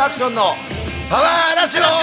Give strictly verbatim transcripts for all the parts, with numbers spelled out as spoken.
ルアクションのパワーラジオ。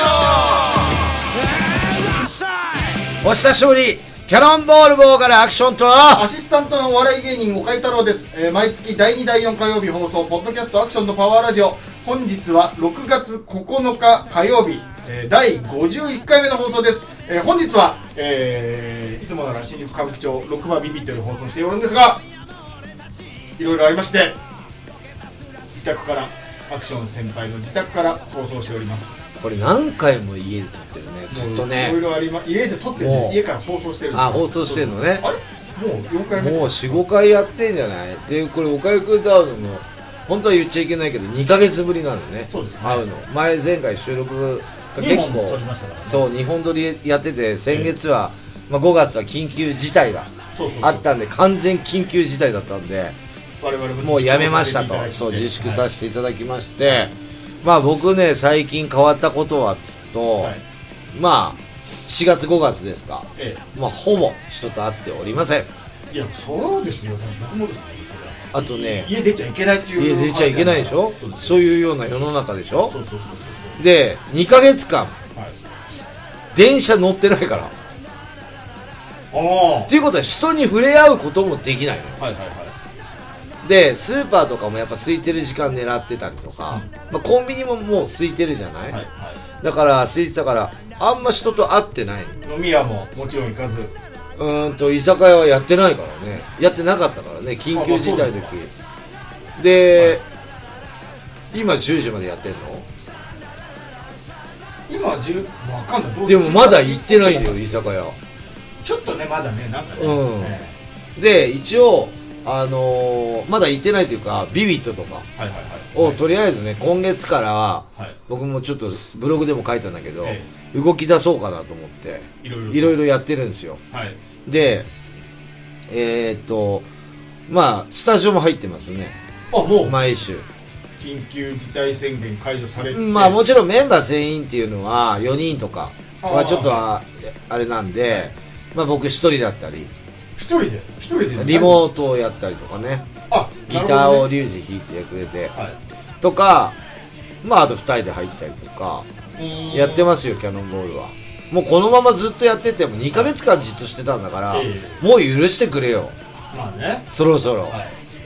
お久しぶり、キャノンボールボーカルアクションとアシスタントのお笑い芸人岡井太郎です。えー、毎月だいにだいよん火曜日放送ポッドキャストアクションのパワーラジオ。本日はろくがつここのか火曜日、えー、だいごじゅういっかいめの放送です。えー、本日は、えー、いつもなら新宿歌舞伎町ろくばビビットで放送しておるんですが、いろいろありまして自宅からアクション先輩の自宅から放送しております。 これ何回も家で撮ってるね、ずっとね。 いろいろありま、家で撮ってるんです。家から放送してるんです。 あ、放送してるのね。 あれもうよんかいめ、 もう よん,ご 回やってんじゃない。でこれ岡井くんと会うのも本当は言っちゃいけないけどにかげつぶりなのね。 そうですね、 会うの前前回収録が結構にほん撮りましたからね。そうにほん撮りやってて、先月は、えーまあ、ごがつは緊急事態があったんで、完全緊急事態だったんで我々ももうやめましたと。そう自粛させていただきまして、はい、まあ僕ね最近変わったことはつと、はい、まあしがつごがつですか、ええ、まあほぼ人と会っておりません。 いやそうですよ、僕もですよ。 あとね、 家出ちゃいけないっていう、 家出ちゃいけないでしょ。そうです、そういうような世の中でしょ。 そうそうそうそう。 でにかげつかん、はい、電車乗ってないから。あっていうことは人に触れ合うこともできないの。はいはいはい。でスーパーとかもやっぱ空いてる時間狙ってたりとか、うん、まあ、コンビニももう空いてるじゃない、はいはい、だから空いてたからあんま人と会ってない。 飲み屋ももちろん行かず、 うーんと居酒屋はやってないからね。やってなかったからね、緊急事態の時で、はい、今じゅうじまでやってんの。 今じゅう、わかんない。 でもまだ行ってないんだよ居酒屋。 ちょっとねまだね、なんかね、 うんね。 で一応あのー、まだ行ってないというかビビットとかを、はい、とりあえずね今月から、はい、僕もちょっとブログでも書いたんだけど、はい、動き出そうかなと思っていろいろいろいろやってるんですよ。はい、でえー、っとまあスタジオも入ってますね。 あ、もう毎週緊急事態宣言解除されて、 まあもちろんメンバー全員っていうのはよにんとかはちょっと あ, あれなんで、はい、まあ僕一人だったり一人で一人でリモートをやったりとかね、あギターをリュウジ弾いてくれて、はい、とかまああとふたりで入ったりとかやってますよキャノンボールは。もうこのままずっとやっててもにかげつかんじっとしてたんだから、はい、もう許してくれよ。まあね、そろそろ、はい、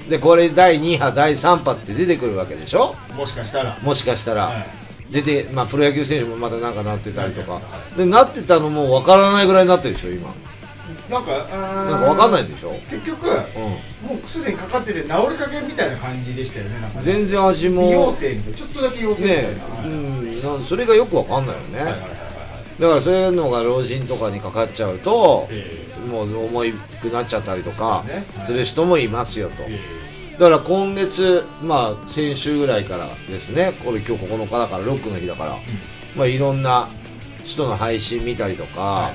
でこれだいに波だいさん波って出てくるわけでしょ。 もしかしたらもしかしたら、はい、出て、まあプロ野球選手もまたなんかなってたりとか、はい、でなってたのも分からないぐらいになってるでしょ今。 なんかなんか分かんないでしょ結局、うん、もうすでにかかってて治りかけみたいな感じでしたよね。なんかね全然味も陽性みたいな、ちょっとだけ陽性みたいな、ね、はい、 うん、それがよく分かんないよね、はいはいはいはい、だからそういうのが老人とかにかかっちゃうと、えー、もう重くなっちゃったりとかする人もいますよと、えー、だから今月まあ先週ぐらいからですね、これ今日ここのかだからロックの日だから、うん、まあいろんな人の配信見たりとか、はい、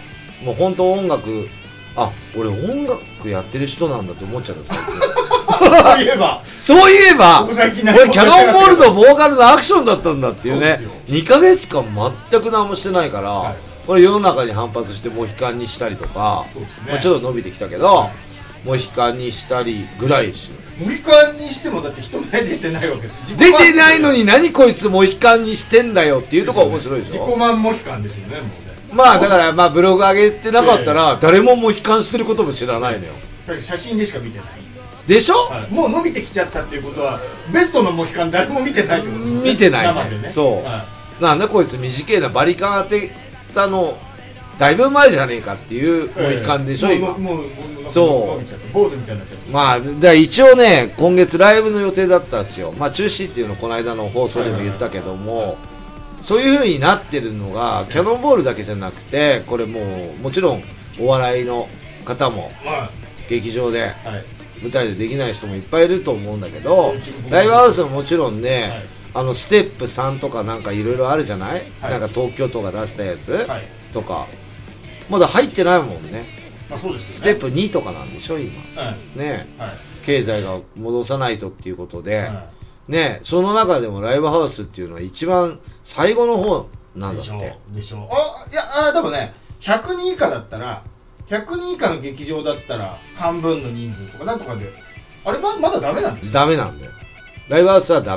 もう本当音楽、あ、俺音楽やってる人なんだって思っちゃうんですよそういえばそういえば俺キャノンボールのボーカルのアクションだったんだっていうね。にかげつかん全く何もしてないから、はい、俺世の中に反発してモヒカンにしたりとか、ね、まあ、ちょっと伸びてきたけど、はい、モヒカンにしたりぐらいですよ。 モヒカンにしてもだって人前出てないわけです。 出てないのに何こいつモヒカンにしてんだよっていうところが面白いでしょ。 自己満モヒカンですよね、もうね。 まあだからまあブログ上げてなかったら誰もモヒカンしてることも知らないのよ。 写真でしか見てないでしょ、 はい、もう伸びてきちゃったっていうことはベストのモヒカン誰も見てないってことですよね。 見てない、ね、 生でね。そう、 はい、なんだこいつ短いなバリカン当てたのだいぶ前じゃねえかっていうモヒカンでしょ、えー、今。もうもうそう坊主みたいになっちゃって。 まあじゃあ一応ね今月ライブの予定だったんですよ。まあ中止っていうのをこの間の放送でも言ったけども、はいはいはいはい、そういう風になってるのがキャノンボールだけじゃなくて、これもうもちろんお笑いの方も劇場で舞台でできない人もいっぱいいると思うんだけど、ライブハウスももちろんね、あのステップさんとかなんかいろいろあるじゃない、なんか東京都が出したやつとかまだ入ってないもんね。ステップにとかなんでしょ今ね。経済が戻さないとっていうことでね、その中でもライブハウスっていうのは一番最後の方なんだって。でしょうでしょう。あ、いや、あ、でもねひゃくにん以下だったらひゃくにん以下の劇場だったら半分の人数とかなんとかであれ ま, まだダメなんですよ。 ダメなんだよ。ライブハウスはダメなの。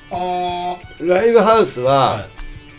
あライブハウスは、はい、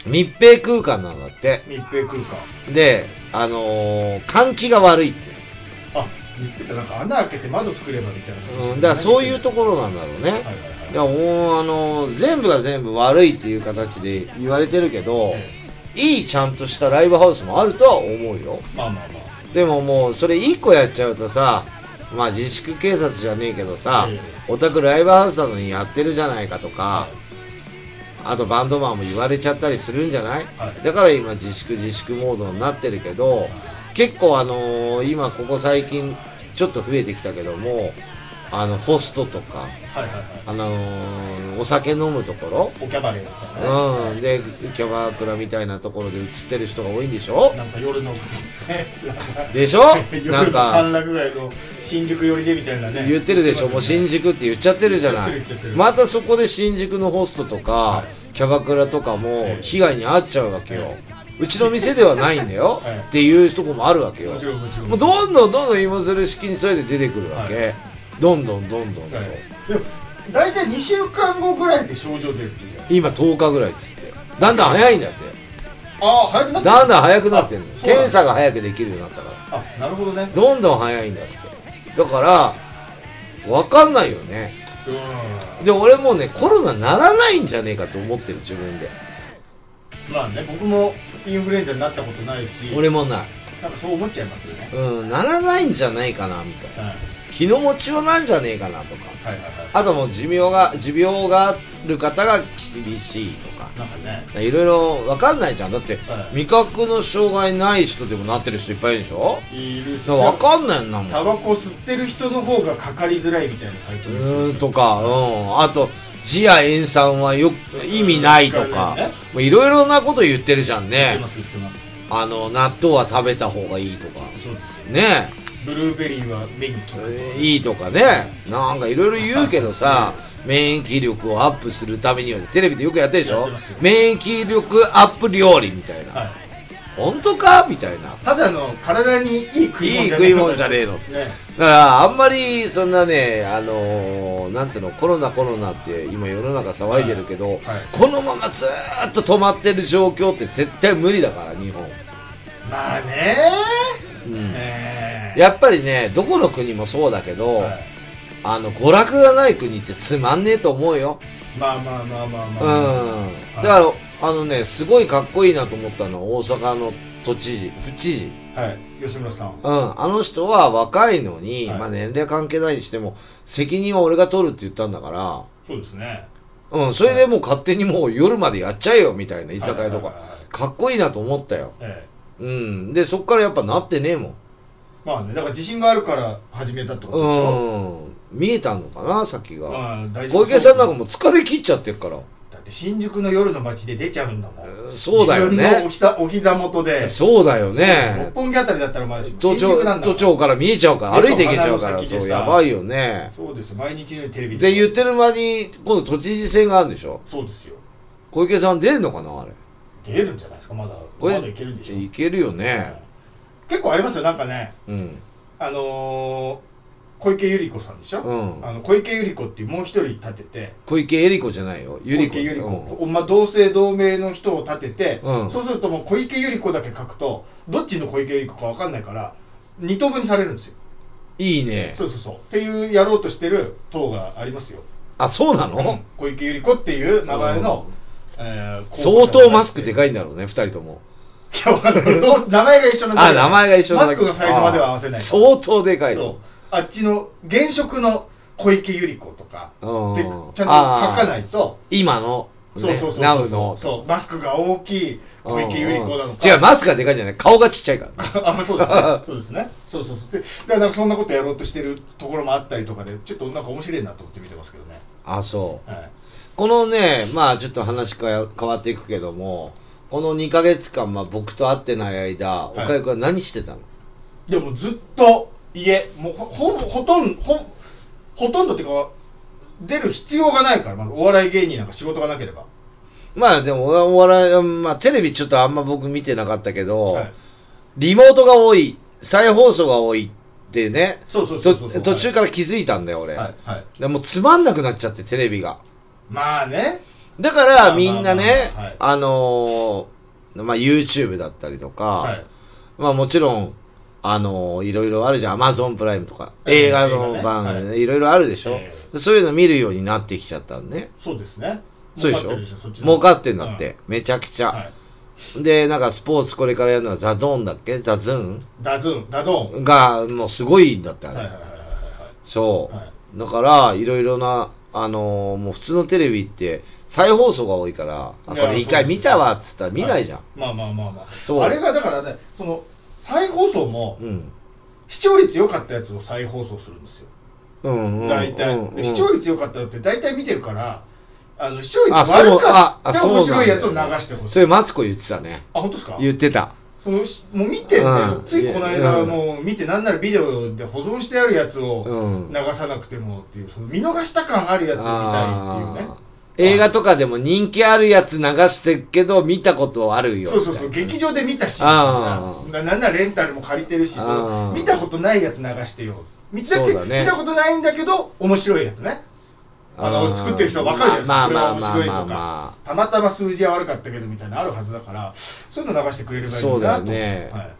密閉空間なんだって。 密閉空間で、あのー、換気が悪いって。 あ、言ってた。なんか穴開けて窓作ればみたいな感じ、ね、 うん、だからそういうところなんだろうね。はいはいはい、だからもう、あのー、全部が全部悪いっていう形で言われてるけど、ええ、いいちゃんとしたライブハウスもあるとは思うよ。まあまあまあ。でももうそれいっこやっちゃうとさ、まあ自粛警察じゃねえけどさ、ええ、お宅ライブハウスなのにやってるじゃないかとか、あとバンドマンも言われちゃったりするんじゃない、はい、だから今自粛自粛モードになってるけど、結構あのー、今ここ最近ちょっと増えてきたけども、あのホストとか、はいはいはい、あのー、お酒飲むところ、 おキャバレーとかね、 うん、でキャバクラみたいなところで映ってる人が多いんでしょ。 なんか夜のでしょなんか歓楽街の新宿寄りでみたいなね言ってるでしょ、ね、もう新宿って言っちゃってるじゃない。またそこで新宿のホストとか、はい、キャバクラとかも被害に遭っちゃうわけよ、はい、うちの店ではないんだよ、はい、っていうとこもあるわけよ。もちろんもちろん。もうどんどんどんどん芋づる式にそれで出てくるわけ、はい、どんどんどんどんと、はい、 大体にしゅうかんごぐらいで症状出るっていう。 今とおかぐらいっつってだんだん早いんだって。 ああ、早くなってる。 だんだん早くなってるの。検査が早くできるようになったから。あ、なるほどね。 どんどん早いんだって。だから分かんないよね。うん。で俺もうねコロナならないんじゃねえかと思ってる自分で。 まあね、僕もインフルエンザになったことないし。 俺もない。 なんかそう思っちゃいますよね。 うん、ならないんじゃないかなみたいな、はい、気の持ちようなんじゃねえかなとか、はいはいはい、あともう持病が持病がある方が厳しいとか、なんかね、いろいろ分かんないじゃん。だって、はい、味覚の障害ない人でもなってる人いっぱいいるでしょ。いるし、分かんないんだもん。 タバコ吸ってる人の方がかかりづらいみたいなサイトうんとか、うん、あと次亜塩酸はよ意味ないとか、いろいろなこと言ってるじゃんね。言ってます言ってます。あの納豆は食べた方がいいとか、そうですよね。 ブルーベリーは目に効く、 えー、いいとかね、なんかいろいろ言うけどさ、免疫力をアップするためにはテレビでよくやってるでしょ。免疫力アップ料理みたいな、はい、本当かみたいな。 ただの体にいい食い物じゃねえの、いい食い物じゃねえの、ね、だからあんまりそんなね、あのー、なんつうの、コロナコロナって今世の中騒いでるけど、はいはい、このままずーっと止まってる状況って絶対無理だから日本。 まあねー、うんえー、やっぱりね、どこの国もそうだけど、はい、あの娯楽がない国ってつまんねえと思うよ。 まあまあまあまあまあ、 うん、はい、だからあのね、すごいかっこいいなと思ったのは大阪の都知事、府知事、 はい、吉村さん、 うん、あの人は若いのに、はい、まあ年齢関係ないにしても責任は俺が取るって言ったんだから。 そうですね。 うん、それでもう勝手にもう夜までやっちゃえよみたいな居酒屋とか、はいはいはいはい、かっこいいなと思ったよ。ええ、うん、でそっからやっぱなってねえもん。 まあね、だから自信があるから始めたってことでしょ。 うん、見えたのかな先が。まあ、大丈夫。小池さんなんかもう疲れ切っちゃってるから。 だって新宿の夜の街で出ちゃうんだもん。 えー、そうだよね。 自分のお膝、お膝元で。 そうだよね。 六本木あたりだったらまだ都庁、都庁から見えちゃうから、歩いていけちゃうから、そうやばいよね。 そうです、毎日のようにテレビで。 で言ってる間に今度都知事選があるんでしょ。 そうですよ。 小池さん出るのかなあれ。 出るんじゃないですか。まだこれまだいけるんでしょ。 いけるよね。 結構ありますよ、なんかね。うん。あのー、小池百合子さんでしょ、うん、あの小池百合子っていうもう一人立てて、 小池百合子じゃないよ、百合子、 小池百合子、うん、まあ、同姓同名の人を立てて、うん、そうするともう小池百合子だけ書くとどっちの小池百合子か分かんないから二等分にされるんですよ。 いいね。 そうそうそうっていうやろうとしてる党がありますよ。 あ、そうなの、うん、 小池百合子っていう名前の、 うん、えー、相当マスクでかいんだろうね、ふたりとも。 いや、名前が一緒なんだけど、 あ、名前が一緒なんだけど、マスクのサイズまでは合わせない。 相当でかいと。 あっちの現職の小池百合子とかでちゃんと書かないと、 今の、 ね、そうそうそうナウのそうマスクが大きい小池百合子なのか。 違う、マスクがでかいんじゃない、顔がちっちゃいからあ、そうですねそうですねそうそうそうで、だからそんなことやろうとしてるところもあったりとかで、ちょっとなんか面白いなと思って見てますけどね。 あ、そう、はい、このね、まあちょっと話が変わっていくけども、このにかげつかん、まあ、僕と会ってない間、はい、岡井君は何してたの？ いや、もうずっと家、もう ほ, ほ, ほとんど ほ, ほとんどっていうか出る必要がないから、まずお笑い芸人なんか仕事がなければ。 まあでもお笑い、まあテレビちょっとあんま僕見てなかったけど、はい、リモートが多い、再放送が多いってね、 そうそうそうそう、 途中から気づいたんだよ俺、 はいはい、 でもうつまんなくなっちゃってテレビが。 まあね、 だからみんなね、 まあまあまあはいあのー、まあ YouTube だったりとか、 はい、 まあもちろん、あのー、いろいろあるじゃん。Amazon プライムとか、 えー映画の番組ね、はい、いろいろあるでしょ、 えー、 そういうの見るようになってきちゃったんね。 そうですね。 そうでしょ儲かってんだって、うん、めちゃくちゃ。はい、で、なんかスポーツこれからやるのはザゾーンだっけザズーンダズーン、ダゾーン。 が、もうすごいんだって、あれ。 はいはいはいはいはい、 そう。 はい、 だから、いろいろな、あのー、もう普通のテレビって再放送が多いから、あ、これ一回見たわっつったら見ないじゃん。はい、 まあまあまあまあ。そう。あれがだからね、その、再放送も、うん、視聴率良かったやつを再放送するんですよ。 うんうん。 大体。 うんうん、 視聴率良かったのって大体見てるから、あの視聴率悪かった面白いやつを流してほしい。 それマツコ言ってたね。 あ、本当ですか？ 言ってた。 そのもう見てんだよ、うん、ついこの間、うん、もう見てなんならビデオで保存してあるやつを流さなくてもっていう、その見逃した感あるやつを見たいっていうね。 映画とかでも人気あるやつ流してるけど見たことあるよ。 そうそうそう、劇場で見たし、なんならレンタルも借りてるし、そう見たことないやつ流してよ。見た、ね、見たことないんだけど面白いやつね。あの作ってる人は分かるじゃないですか。まあまあまあまあまあ、たまたま数字は悪かったけどみたいなあるはずだから、そういうの流してくれればいいなと。そうだよね、はい、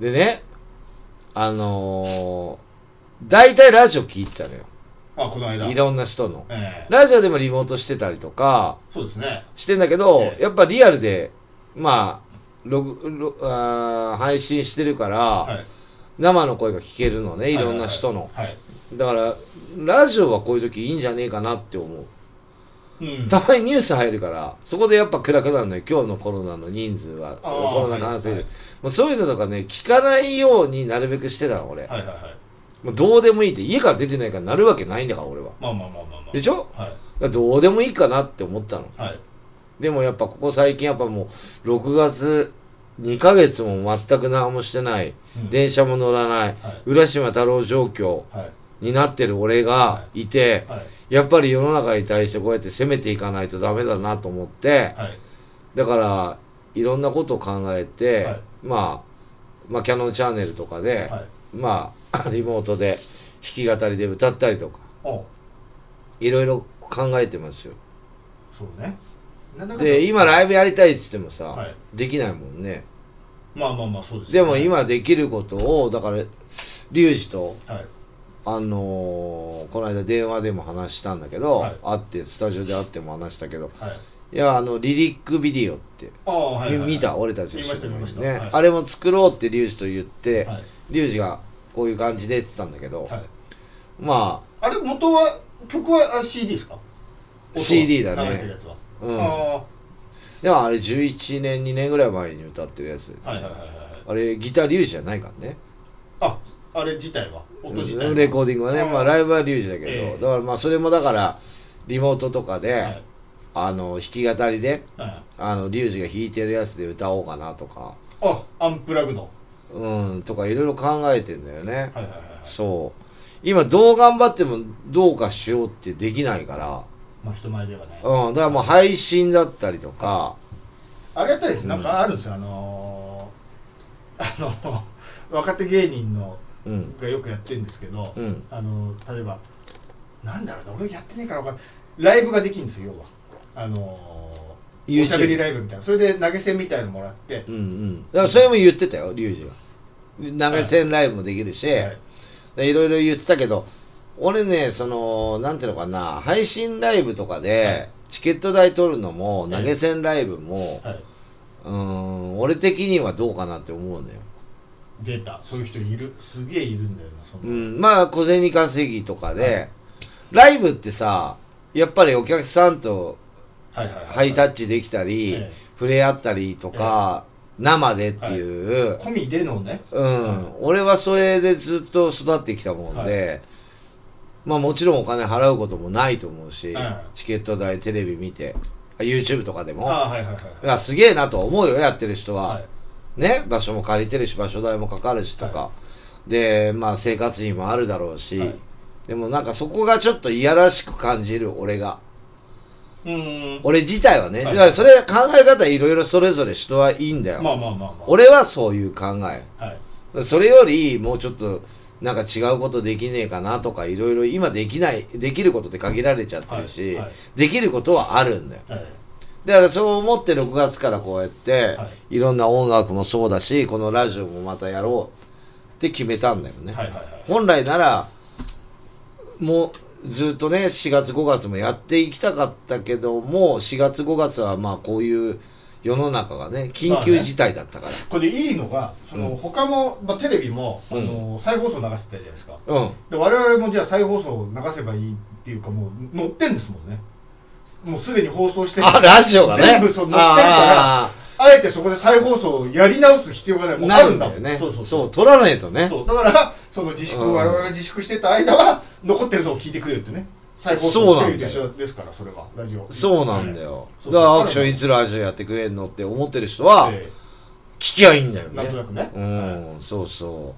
でね、あのー、大体ラジオ聞いてたのよ。 あ、この間いろんな人の、 えー、 ラジオでもリモートしてたりとかそうですねしてんだけど、 えー、 やっぱリアルでまあログロあ配信してるから、はい、生の声が聞けるのね、いろんな人の、 はいはいはい、 だからラジオはこういう時いいんじゃねえかなって思う、うん、たまにニュース入るからそこでやっぱ暗くなるのよ。今日のコロナの人数はコロナ感染、はいはい、もうそういうのとかね聞かないようになるべくしてたの俺、 はいはいはい、 もうどうでもいいって、家から出てないからなるわけないんだから俺は。 まあまあまあまあ、まあ、 でしょ、 はい、 だからどうでもいいかなって思ったの、 はい、 でもやっぱここ最近やっぱもうろくがつにかげつも全く何もしてない、うん、電車も乗らない、はい、浦島太郎状況になってる俺がいて、はいはい、やっぱり世の中に対してこうやって攻めていかないとダメだなと思って、はい、だからいろんなことを考えて、はい、まあまあキャノンチャンネルとかで、はい、まあリモートで弾き語りで歌ったりとかいろいろ考えてますよ。 そうね。 で今ライブやりたいっつってもさ、はい、できないもんね。 まあまあまあそうです、 ね、でも今できることをだからリュウジと、はい、あのー、この間電話でも話したんだけど、はい、会ってスタジオで会っても話したけど、はい、いやあのリリックビデオってあ、はいはいはい、 見た俺たち見ました見ました、 ね、 はい、 あれも作ろうってリュウジと言って、はい、リュウジがこういう感じでって言ってたんだけど、はい、まああれ元は曲はあれ シーディー ですか？ シーディー だね。 流れてるやつは、 うん、あでもあれじゅういちねんにねんぐらい前に歌ってるやつ、 はいはいはいはい、 あれギターリュウジじゃないからね。 あ、あれ自体は音自体はレコーディングはね、まあライブはリュウジだけど、えー、だからまあそれもだからリモートとかで、はい、あの弾き語りで、はい、あのリュウジが弾いてるやつで歌おうかなとか、 あ、アンプラグのうんとかいろいろ考えてんだよね、はいはいはいはい、そう今どう頑張ってもどうかしようってできないから、 まあ、人前ではね、 うん、だからもう配信だったりとか、 あれやったりです、なんかあるんですよ、あのー、あの若手芸人のがよくやってるんですけど、うん、あの例えばなんだろうな、俺やってねえから分かんない、ライブができるんですよ、要はあのー、おしゃべりライブみたいな、それで投げ銭みたいのもらって、 うんうん、だからそれも言ってたよ、リュウジが投げ銭ライブもできるし、はいはい、いろいろ言ってたけど、俺ね、そのなんていうのかな、配信ライブとかで、はい、チケット代取るのも投げ銭ライブも、はい、うーん俺的にはどうかなって思うんだよ。 出た、そういう人いる、すげえいるんだよな、そんな、 うん、まあ小銭稼ぎとかで、はい、ライブってさ、やっぱりお客さんとハイタッチできたり、はいはいはいはい、触れ合ったりとか、えー、生でっていう、 はい、込みでのね、 うん、はい、俺はそれでずっと育ってきたもんで、はい、まあもちろんお金払うこともないと思うし、はい、チケット代テレビ見て YouTube とかでも、 あ、はいはいはい、いやすげえなと思うよ、やってる人は、 はい、 ね、場所も借りてるし場所代もかかるしとか、はい、でまあ生活費もあるだろうし、はい、でもなんかそこがちょっといやらしく感じる、俺が、 うーん、 俺自体はね、 はい、 だからそれ考え方いろいろそれぞれ人はいいんだよ、 まあまあまあまあ、 俺はそういう考え、 はい、 それよりもうちょっとなんか違うことできねえかなとか、いろいろ今できない、できることって限られちゃってるし、はいはい、できることはあるんだよ、 はい、 だからそう思ってろくがつからこうやって、 はい、 いろんな音楽もそうだし、このラジオもまたやろうって決めたんだよね。 はいはいはい、 本来なら、もうずっとね、しがつごがつもやっていきたかったけども、しがつごがつはまあこういう世の中がね、緊急事態だったから。まあね、 これでいいのが、その、うん、他も、まあ、テレビも、あの、うん、再放送流してたじゃないですか。うん、で我々もじゃあ再放送を流せばいいっていうか、もう載ってんですもんね。もうすでに放送してる。 あ、ラジオがね。 全部そう載ってるから、あえてそこで再放送をやり直す必要がない。もうあるんだもんね。 そうそうそう、取らないとね。 そう、だから、その自粛、うん、我々が自粛してた間は、残ってるのを聞いてくれるってね。再放送テレビと一緒ですから、それは、ラジオ。 そうなんだよ。だから、アクションいつラジオやってくれんのって思ってる人は、聞きゃいいんだよね。 なんとなくね。 うん、そうそう。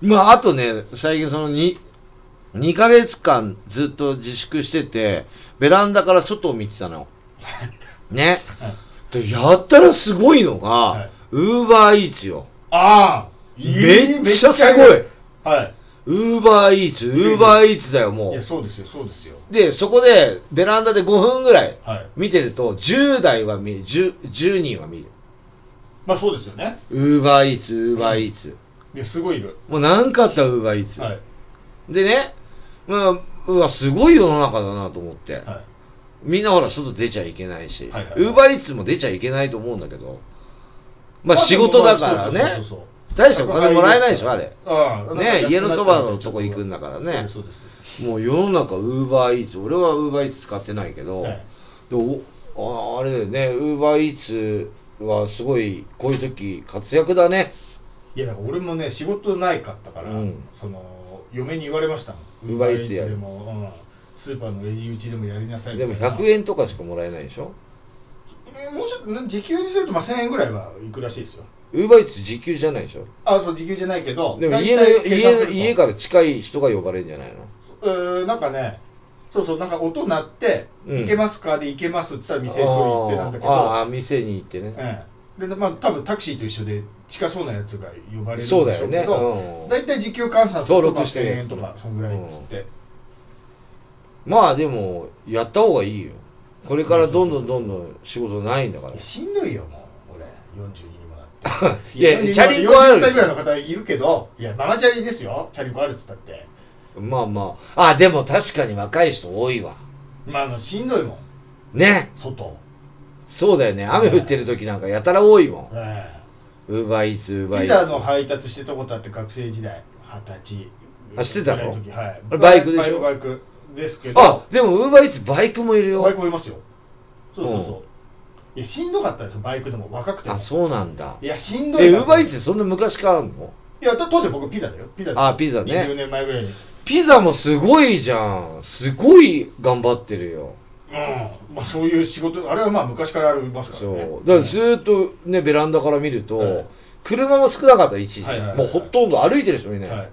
まあ、あとね、最近そのに、にかげつかんずっと自粛してて、ベランダから外を見てたの。ね。で、やったらすごいのが、ウーバーイーツよ。 ああ、 めっちゃすごい。 はい。 ウーバーイーツ、ウーバーイーツだよ、もう。 いや、そうですよ、そうですよ。 で、そこで、ベランダでごふんぐらい見てると、じゅうだいは見る、じゅう、じゅうにんは見る。 まあそうですよね。 ウーバーイーツ、ウーバーイーツ。 いや、すごいいる。 もう何かあったらウーバーイーツ。はい。でね、まあ、うわ、すごい世の中だなと思って。はい。みんなほら、外出ちゃいけないし、ウーバーイーツも出ちゃいけないと思うんだけど、まあ仕事だからね。大してお金もらえないでしょ、あれ。ね、家のそばのとこ行くんだからね。もう世の中ウーバーイーツ、俺はウーバーイーツ使ってないけど、でああれだよね、ウーバーイーツはすごいこういう時活躍だね。 いやだから俺もね、仕事ないかったから、その嫁に言われましたもん。 ウーバーイーツやる。 スーパーのレジ打ちでもやりなさい。 でもひゃくえんとかしかもらえないでしょ。 もうちょっと時給にするとまあせんえんぐらいはいくらしいですよ。 ウーバーイーツ時給じゃないでしょ。 あ、そう、時給じゃないけど、 でも家の家家から近い人が呼ばれるんじゃないの。 えー、なんかね、そうそう、なんか音鳴って、うん、行けますかで行けますって言ったら店に取り行ってなんだけど、 ああ、店に行ってね。 ええ、でまあ多分タクシーと一緒で近そうなやつが呼ばれるんでしょうけど、そうだよね。だいたい時給換算するとせんえんとかそんぐらいっつって。 うん、まあでもやった方がいいよ。これからどんどんどんどん仕事ないんだから。 しんどいよもう俺よんじゅうににもなって。 いやチャリンコある。 よんじゅっさいぐらいの方いるけど、いやママチャリですよ。チャリンコあるっつったって。 まあまあ、あでも確かに若い人多いわ。 まああのしんどいもん。 ね。 外。 そうだよね。雨降ってる時なんかやたら多いもん。ウーバーイーツ、ウーバーイーツ。 ピザの配達してたことあって学生時代はたち。 あ、してたの？ はい。 バイクでしょ？ バイクですけど。 あ、でもウーバーイーツバイクもいるよ。 バイクもいますよ。そうそうそう。いやしんどかったですよバイクでも若くても。 あ、そうなんだ。 いやしんどい。 え、ウーバーイーツってそんな昔からあるの？ いや当時僕ピザだよ。ピザ。 あ、ピザね。 にじゅうねんまえぐらいに。 ピザもすごいじゃん。すごい頑張ってるよ。 うん。まあそういう仕事あれはまあ昔からありますからね。 そう。だからずーっとねベランダから見ると、はい、車も少なかった一時。もうほとんど歩いてる人いない。はい、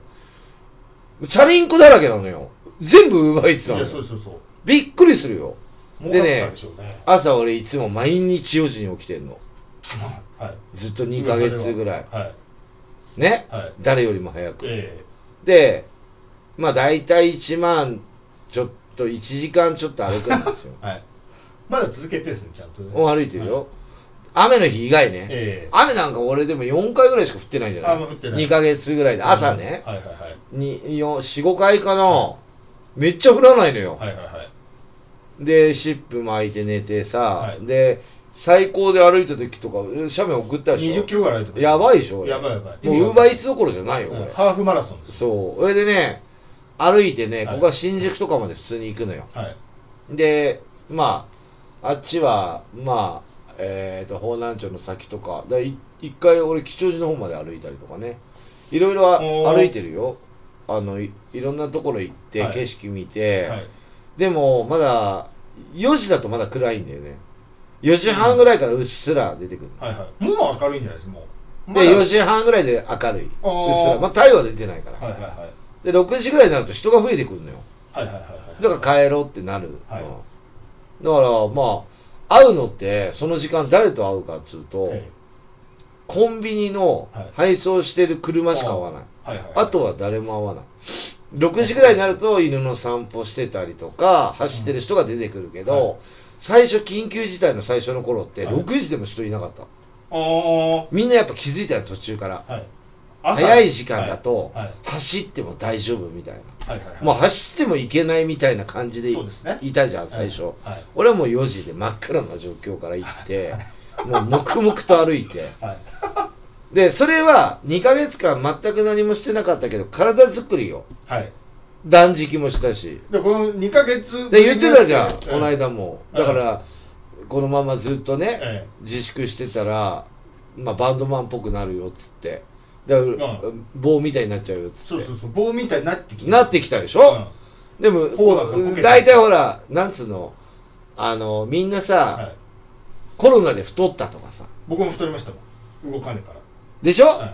チャリンコだらけなのよ。全部ウーバーイーツなのよ。 そうそうそう。 びっくりするよ。でね、 ね朝俺いつも毎日よじに起きてんの。 はい、 ずっとにかげつぐらい。 はい、 ね、はい、誰よりも早く。 えー、で、まあ大体いちまんちょっといちじかんちょっと歩くんですよ。 はい、まだ続けてるんですね、ちゃんと、ね。 歩いてるよ。はい、雨の日以外ね、えー。雨なんか俺でもよんかいぐらいしか降ってないんじゃない？ あ、降ってない。 にかげつぐらいで。朝ね。 はいはいはい。 に、よん、ごかいかな、はい。めっちゃ降らないのよ。 はいはいはい。 でシップ巻いて寝てさ、はい、で最高で歩いた時とか斜面送ったでしょ。 にじゅっキロぐらい歩いてやばいでしょ。 やばいやばい。 もうウーバーイーツどころじゃないよ、これ、うん、 ハーフマラソンです。 そうそれでね歩いてね、ここは新宿とかまで普通に行くのよ、はい、でまああっちはまあえっ、ー、と方南町の先とかだい一回俺吉祥寺の方まで歩いたりとかねいろいろ歩いてるよ。あの い, いろんなところ行って、はい、景色見て、はい、でもまだよじだとまだ暗いんだよね。よじはんぐらいからうっすら出てくる、 はいはい、もう明るいんじゃないですか。もうでよじはんぐらいで明るい、うっすら、まあ太陽は出てないから、はいはいはい、でろくじぐらいになると人が増えてくるのよ。 はいはいはいはい、 だから帰ろうってなる、はい、だからまあ会うのってその時間誰と会うかっつうと、はい、コンビニの配送してる車しか会わない、はいはいはい、あとは誰も会わない。ろくじぐらいになると犬の散歩してたりとか走ってる人が出てくるけど、はい、 最初緊急事態の最初の頃ってはいろくじでも人いなかった、 あみんなやっぱ気づいたよ途中からあ、はい、朝早い時間だとはいはい走っても大丈夫みたいな、 はいはいはい、 もう走ってもいけないみたいな感じでそうですねいたじゃん最初、 はいはい、 俺はもうよじで真っ暗な状況から行ってもう黙々と歩いて、 はい、 でそれはにかげつかん全く何もしてなかったけど体作りよ、 はい、 断食もしたしでこのにかげつで言ってたじゃん、 ええこの間もだから、このままずっとね、 ええ、 自粛してたら、まあ、バンドマンっぽくなるよっつってだから、うん、棒みたいになっちゃうよっつってそうそうそう棒みたいになってきたなってきたでしょ、うん、でも大体ほらなんつうのあのみんなさ、はい、コロナで太ったとかさ僕も太りましたもん動かねえからでしょ、 はい、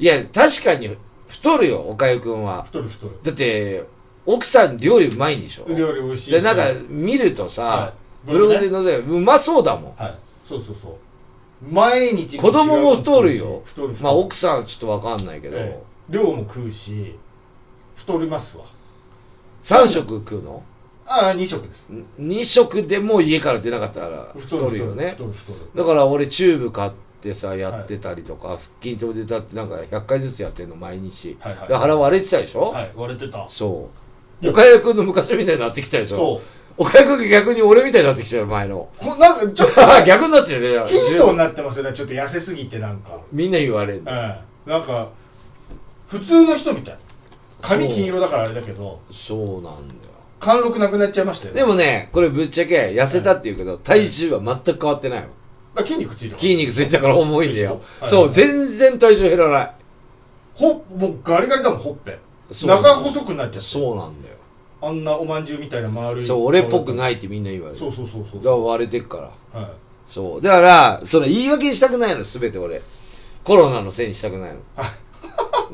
いや確かに太るよおかゆくんは太る太るだって奥さん料理うまいんでしょ料理美味しいでなんか見るとさ、はい、ブログで載せるうまそうだもん、 はい、そうそうそう毎日子供も太るよ太る太るまあ奥さんちょっと分かんないけど、ええ、量も食うし太りますわさん食食うのああに食ですに食でも家から出なかったら太るよね太る太るだから俺チューブ買ってさやってたりとか、はい、腹筋と腕立ってなんかひゃっかいずつやってんの毎日、はいはい、で腹割れてたでしょはい割れてたそう岡谷君の昔みたいになってきたでしょそう岡谷君逆に俺みたいになってきちゃう前のなんかちょっと逆になってるね貧相になってますよねちょっと痩せすぎてなんかみんな言われる、 ええ、なんか普通の人みたい髪金色だからあれだけどそうなんだよ貫禄なくなっちゃいましたよねでもねこれぶっちゃけ痩せたっていうけど、はい、体重は全く変わってないわ筋肉ついた筋肉ついたから重いんだよ、はい、そう全然体重減らないほもうガリガリだもんほっぺ中細くなっちゃってそうなんだよあんなおまんじゅうみたいな丸いそう俺っぽくないってみんな言われるそうそうそうそうだから割れてっから、はい、そうだからその言い訳にしたくないの全て俺コロナのせいにしたくないの、はい、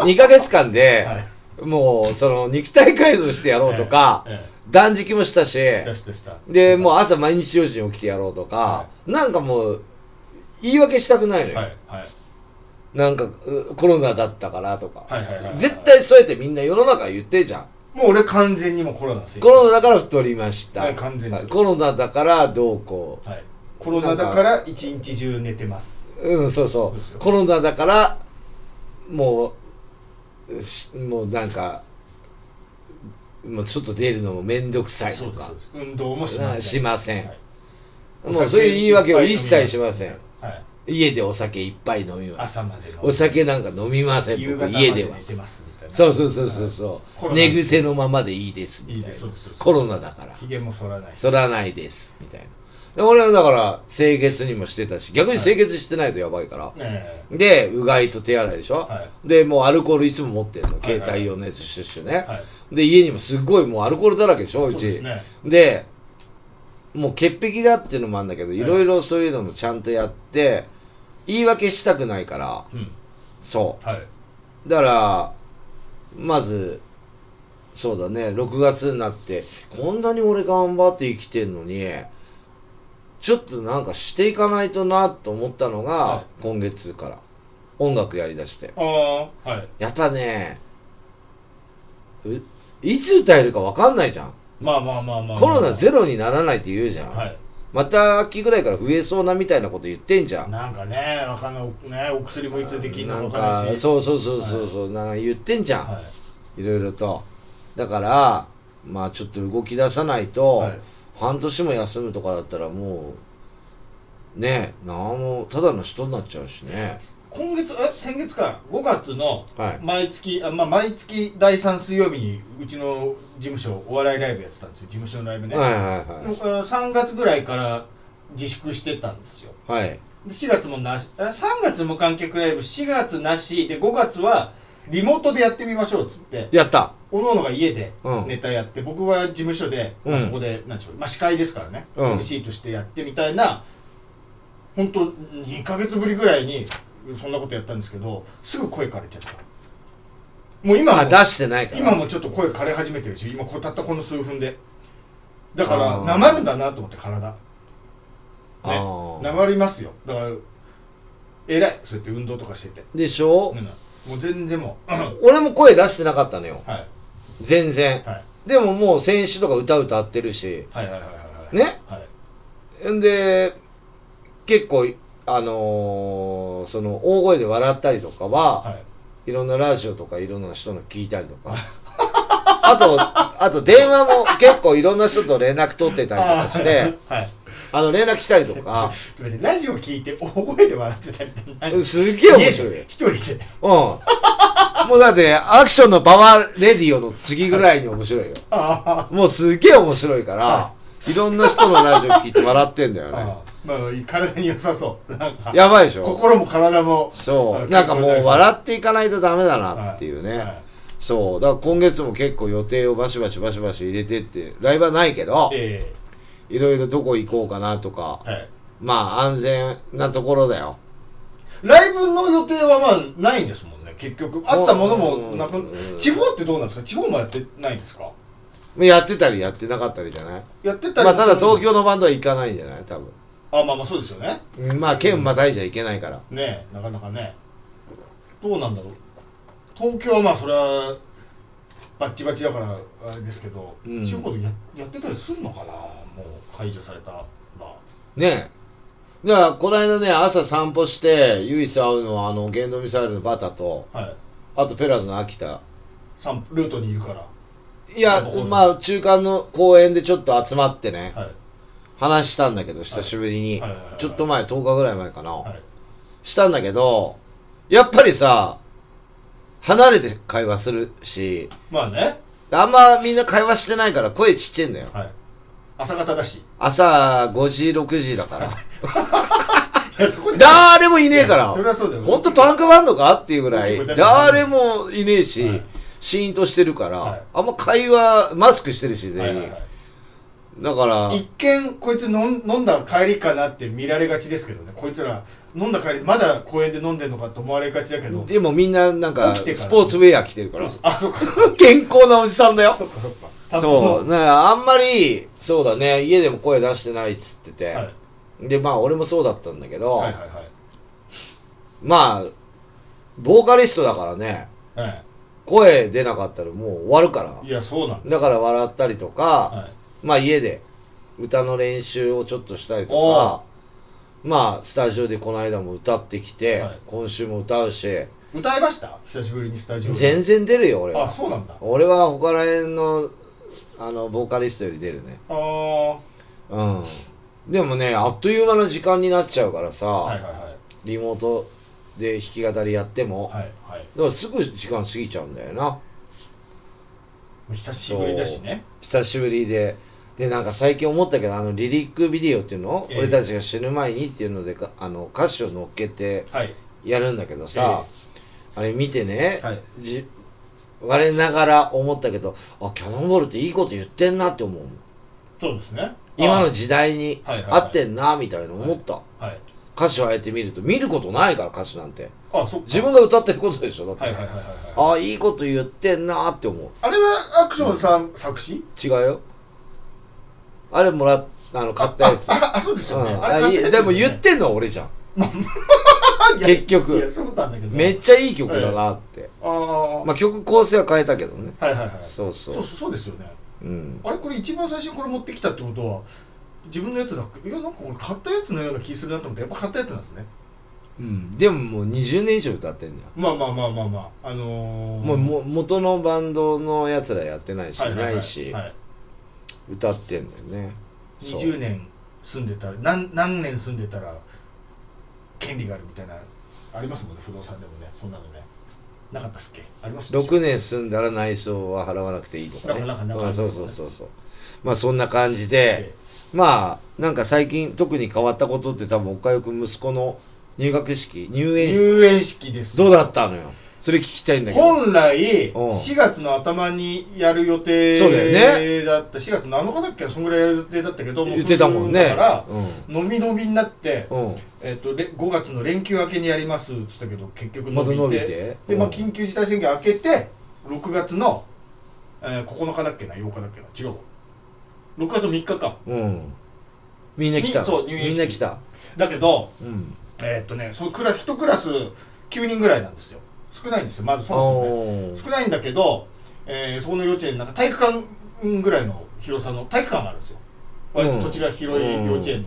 にかげつかんで、はい、もうその肉体改造してやろうとか、ええええ、断食もしたししたしたしたでもう朝毎日よじに起きてやろうとか、はい、なんかもう言い訳したくないのよ、はいはい、なんかコロナだったからとか、はいはいはいはい、絶対そうやってみんな世の中言ってんじゃんもう俺完全にもうコロナのせいコロナだから太りました、 はい、完全にコロナだからどうこう、はい、 コロナだから一日中寝てますうんそうそうコロナだからもうもうなんかもうちょっと出るのもめんどくさいとか運動もしませんしません、はい、もうそういう言い訳を一切しません、はい、家でお酒いっぱい飲みます朝までお酒なんか飲みません僕家ではそうそうそうそうそう、はい、寝癖のままでいいですみたいなコロナだからひげも剃らない剃らないですみたいなで俺はだから清潔にもしてたし逆に清潔してないとやばいから、はい、でうがいと手洗いでしょ、はい、でもうアルコールいつも持ってるの、はい、携帯用のやつシュッシュね、はい、で家にもすっごいもうアルコールだらけでしょうち で,、ね、でもう潔癖だっていうのもあるんだけど、はい、いろいろそういうのもちゃんとやって言い訳したくないから、うん、そう、はい、だからまずそうだねろくがつになってこんなに俺頑張って生きてんのにちょっとなんかしていかないとなと思ったのが、はい、今月から音楽やりだしてあ、はい、 やっぱねいつ歌えるか分かんないじゃんまあまあまあまあ、まあ、 コロナゼロにならないって言うじゃん、はい、また秋ぐらいから増えそうなみたいなこと言ってんじゃんなんかねわかんないねお薬もいつできんのか分かんないしそうそうそうそうそう、はい、なんか言ってんじゃん、はい、いろいろとだからまあちょっと動き出さないと、はい、半年も休むとかだったらもうねえなんもただの人になっちゃうしね今月え先月かごがつの毎月、はい、あまあ、毎月だいさん水曜日にうちの事務所お笑いライブやってたんですよ事務所のライブね、はいはいはい、さんがつぐらいから自粛してたんですよ、はい、でしがつもなしさんがつ無観客ライブしがつなしでごがつはリモートでやってみましょうっつってやったおのおのが家でネタやって、うん、僕は事務所で、うん、そこでなんでしょう、まあ、司会ですからね、うん、エムシー としてやってみたいな本当にかげつぶりぐらいにそんなことやったんですけどすぐ声枯れちゃったもう今も出してないから今もちょっと声枯れ始めてるし今こたったこの数分でだからなまるんだなと思って体ねなまりますよだから偉いそうやって運動とかしててでしょ、 うんもう全然もう俺も声出してなかったのよ、はい、全然、はい、でももう選手とか歌歌ってるし、はいはいはいはい、ね、はい、 んで結構あのー、その大声で笑ったりとかは、はい、いろんなラジオとかいろんな人の聞いたりとかあとあと電話も結構いろんな人と連絡取ってたりとかして、はい、あの連絡来たりとかラジオ聞いて大声で笑ってたりってすげえ面白い一人でうんもうだってアクションのパワーレディオの次ぐらいに面白いよもうすげえ面白いからいろんな人のラジオ聞いて笑ってんだよねあまあ体に良さそうなんかやばいでしょ心も体もそうなんかもう笑っていかないとダメだなっていうね、はいはい、そうだから今月も結構予定をバシバシバシバシ入れてってライブはないけど、えー、いろいろどこ行こうかなとか、はい、まあ安全なところだよライブの予定はまあないんですもんね結局あったものもなく地方ってどうなんですか地方もやってないんですかやってたりやってなかったりじゃないやってたりまあただ東京のバンドは行かないんじゃない多分あまあまあそうですよねまあ県またいじゃいけないからねえなかなかねどうなんだろう東京はまあそれはバッチバチだからあれですけど、うん、地方で や, やってたりするのかなもう解除されたらねえだからこの間ね朝散歩して唯一会うのはあのゲンドミサイルのバタと、はい、あとペラーズの秋田ルートにいるからいやまあ中間の公園でちょっと集まってね、はい、話したんだけど久しぶりに、はいはいはいはい、ちょっと前とおかぐらい前かな、はい、したんだけどやっぱりさ離れて会話するしまあねあんまみんな会話してないから声ちっちゃいんだよ、はい、 朝方だし朝ごじろくじだからいやそこで誰もいねえからそれはそうだよほんとパンクバンドかっていうぐらい誰もいねえし、はい、シーンとしてるから、はい、あんま会話マスクしてるし全員、はいはいはい、だから一見こいつ飲ん、飲んだ帰りかなって見られがちですけどねこいつら飲んだ帰りまだ公園で飲んでんのかと思われがちだけどでもみんななんかスポーツウェア着てるからあそっか健康なおじさんだよそっかそっかそうだからあんまりそうだね家でも声出してないっつってて、はい、でまあ俺もそうだったんだけど、はいはいはい、まあボーカリストだからね、はい、声出なかったらもう終わるからいやそうなんですだから笑ったりとか、はい、まあ家で歌の練習をちょっとしたりとかまあスタジオでこの間も歌ってきて、はい、今週も歌うし歌いました久しぶりにスタジオで全然出るよ俺はあそうなんだ俺は他ら辺のあのボーカリストより出るねああうんでもねあっという間の時間になっちゃうからさ、はいはいはい、リモートで弾き語りやっても、はいはい、だからすぐ時間過ぎちゃうんだよな久しぶりだしね久しぶりででなんか最近思ったけどあのリリックビデオっていうの、えー、俺たちが死ぬ前にっていうのであの歌詞を乗っけてやるんだけどさ、はいえー、あれ見てね、はい、じ我ながら思ったけどあキャノンボールっていいこと言ってんなって思うそうですね今の時代に合ってんなみたいな思った、はいはい、歌詞をあえて見ると見ることないから歌詞なんてあそっか自分が歌ってることでしょだって、はいはいはいはい、ああいいこと言ってんなって思うあれはアクションさん、うん、作詞違うよあれもらっあの買ったやつあ, あ, あそうですよね、うん、あれねでも言ってんのは俺じゃん結局いやそうなんだけどめっちゃいい曲だなって、はい、あまあ曲構成は変えたけどねはいはいはいそうそうそうそうですよね、うん、あれこれ一番最初にこれ持ってきたってことは自分のやつだっけいやなんか俺買ったやつのような気するなと思ってやっぱ買ったやつなんですねうんでももうにじゅうねん以上歌ってんだよまあまあまあまあまああのー、 もうも元のバンドのやつらやってないし、はいはいはい、ないし、はい、歌ってんだよねにじゅうねん住んでたら 何, 何年住んでたら権利があるみたいなありますもんね不動産でもねそんなのねなかったっすっけありましたろくねん住んだら内装は払わなくていいとかねなんかなんか、ね、そうそうそうそうまあそんな感じで、えー、まあなんか最近特に変わったことって多分岡代くん息子の入学式入園式入園式ですどうだったのよそれ聞きたいんだけど本来しがつの頭にやる予定そうだよねだったしがつなのかだっけそんぐらいやる予定だったけども言ってたもんねだから、うん、飲み飲みになって、うんえー、とごがつの連休明けにやりますって言ったけど結局伸びて、ま、伸びてで、まあ、緊急事態宣言明けてろくがつの、えー、ここのかだっけなようかだっけな違うろくがつのみっかか、うん、 みんな来たそう入園式みんな来ただけど、うん、えー、っとねそのクラスいちクラスきゅうにんぐらいなんですよ少ないんですよまずそもそもね少ないんだけど、えー、そこの幼稚園なんか体育館ぐらいの広さの体育館があるんですよ割と土地が広い幼稚園で、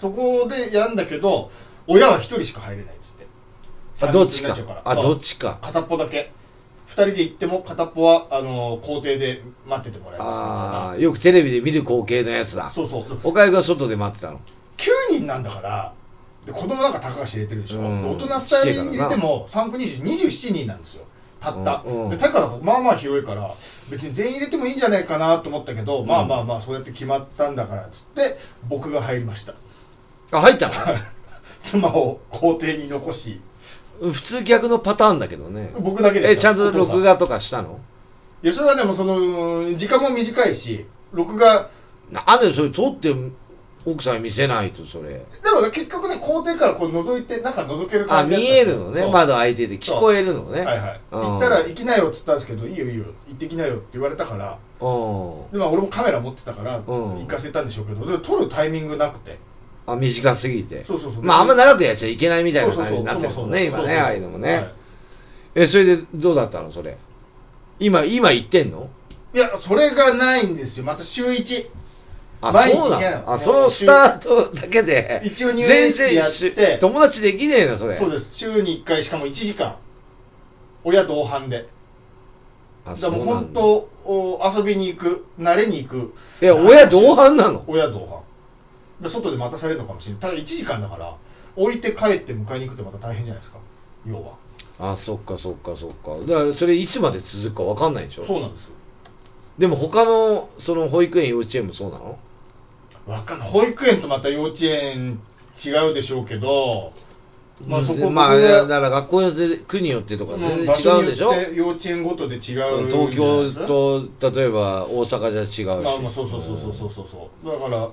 そこでやんだけど親は一人しか入れないっつってあどっちかあどっちか片っぽだけふたりで行っても片っぽはあの校庭で待っててもらいますああよくテレビで見る光景のやつだそうそうそうおかゆが外で待ってたのきゅうにんなんだからで子供なんか高橋入れてるでしょ、うん、大人ふたり入れてもさんぶにじゅう、にじゅうななにんなんですよたった、うんうん、で高がまあまあ広いから別に全員入れてもいいんじゃないかなと思ったけど、うん、まあまあまあそうやって決まったんだからっつって僕が入りましたあ入ったの妻を校庭に残し普通逆のパターンだけどね僕だけですえちゃんと録画とかしたのいやそれはでもその時間も短いし録画なんでそれ撮って奥さんに見せないとそれでも結局ね校庭からこう覗いて中覗ける感じだったあ見えるのね窓開いてて聞こえるのねはいはい行ったら行きなよっつったんですけどいいよいいよ行ってきなよって言われたからでまあ俺もカメラ持ってたから行かせたんでしょうけどで撮るタイミングなくてあ短すぎてそうそうそうまああんま長くやっちゃいけないみたいな感じになってるもんね今ねああいうのもね、はい、えそれでどうだったのそれ今今行ってんのいやそれがないんですよまた週いちあそうなのあそのスタートだけで一応入園式やって友達できねえなそれそうです週にいっかいしかもいちじかん親同伴であそうなんだだからもう本当遊びに行く慣れに行くえ親同伴なの親同伴で外で待たされるのかもしれないただいちじかんだから置いて帰って迎えに行くってまた大変じゃないですか要はあそっかそっかそっかだからそれいつまで続くか分かんないでしょそうなんですよでも他のその保育園幼稚園もそうなのわかんない保育園とまた幼稚園違うでしょうけどまあそこまあだから学校によって区によってとか全然違うでしょ、うん、 幼稚園ごとで違う東京と例えば大阪じゃ違うしまあまあそうそうそうそうそうそうだから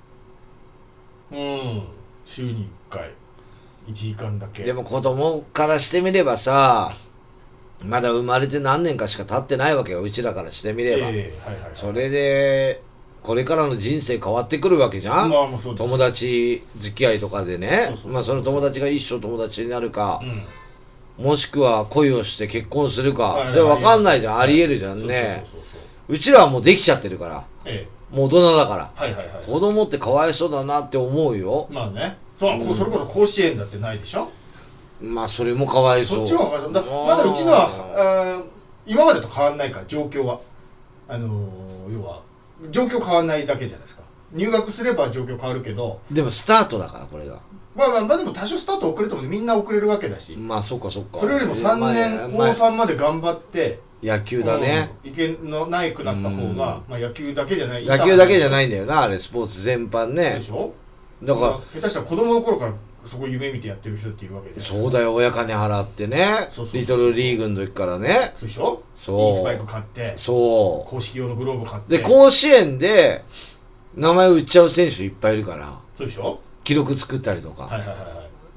うん週にいっかいいちじかんだけでも子供からしてみればさまだ生まれて何年かしか経ってないわけようちらからしてみれば、えーはいはいはい、それでこれからの人生変わってくるわけじゃん、まあ、友達付き合いとかでねまあその友達が一生友達になるか、うん、もしくは恋をして結婚するか、はいはい、それ分かんないじゃん、はい、ありえるじゃんねうちらはもうできちゃってるから、ええ、もう大人だから、はいはいはい、子供ってかわいそうだなって思うよまあね そ, うん、それこそ甲子園だってないでしょまあそれもかわいそう。 そっちもかわいそうだまだうちのは今までと変わんないから状況はあのー、要は状況変わんないだけじゃないですか入学すれば状況変わるけどでもスタートだからこれがまあまあまあでも多少スタート遅れてもみんな遅れるわけだしまあそっかそっかそれよりもさんねん高さんまで頑張って野球だね、 うん、いけのないくなった方が、まあ、野球だけじゃない野球だけじゃないんだよなあれスポーツ全般ねでしょだから下手したら子供の頃からそこ夢見てやってる人っているわけでそうだよ親金払ってねそうそうそうリトルリーグの時からねそうでしょそういいスパイク買ってそう公式用のグローブ買ってで甲子園で名前を売っちゃう選手いっぱいいるからそうでしょ記録作ったりとか、 はいはいはいはい、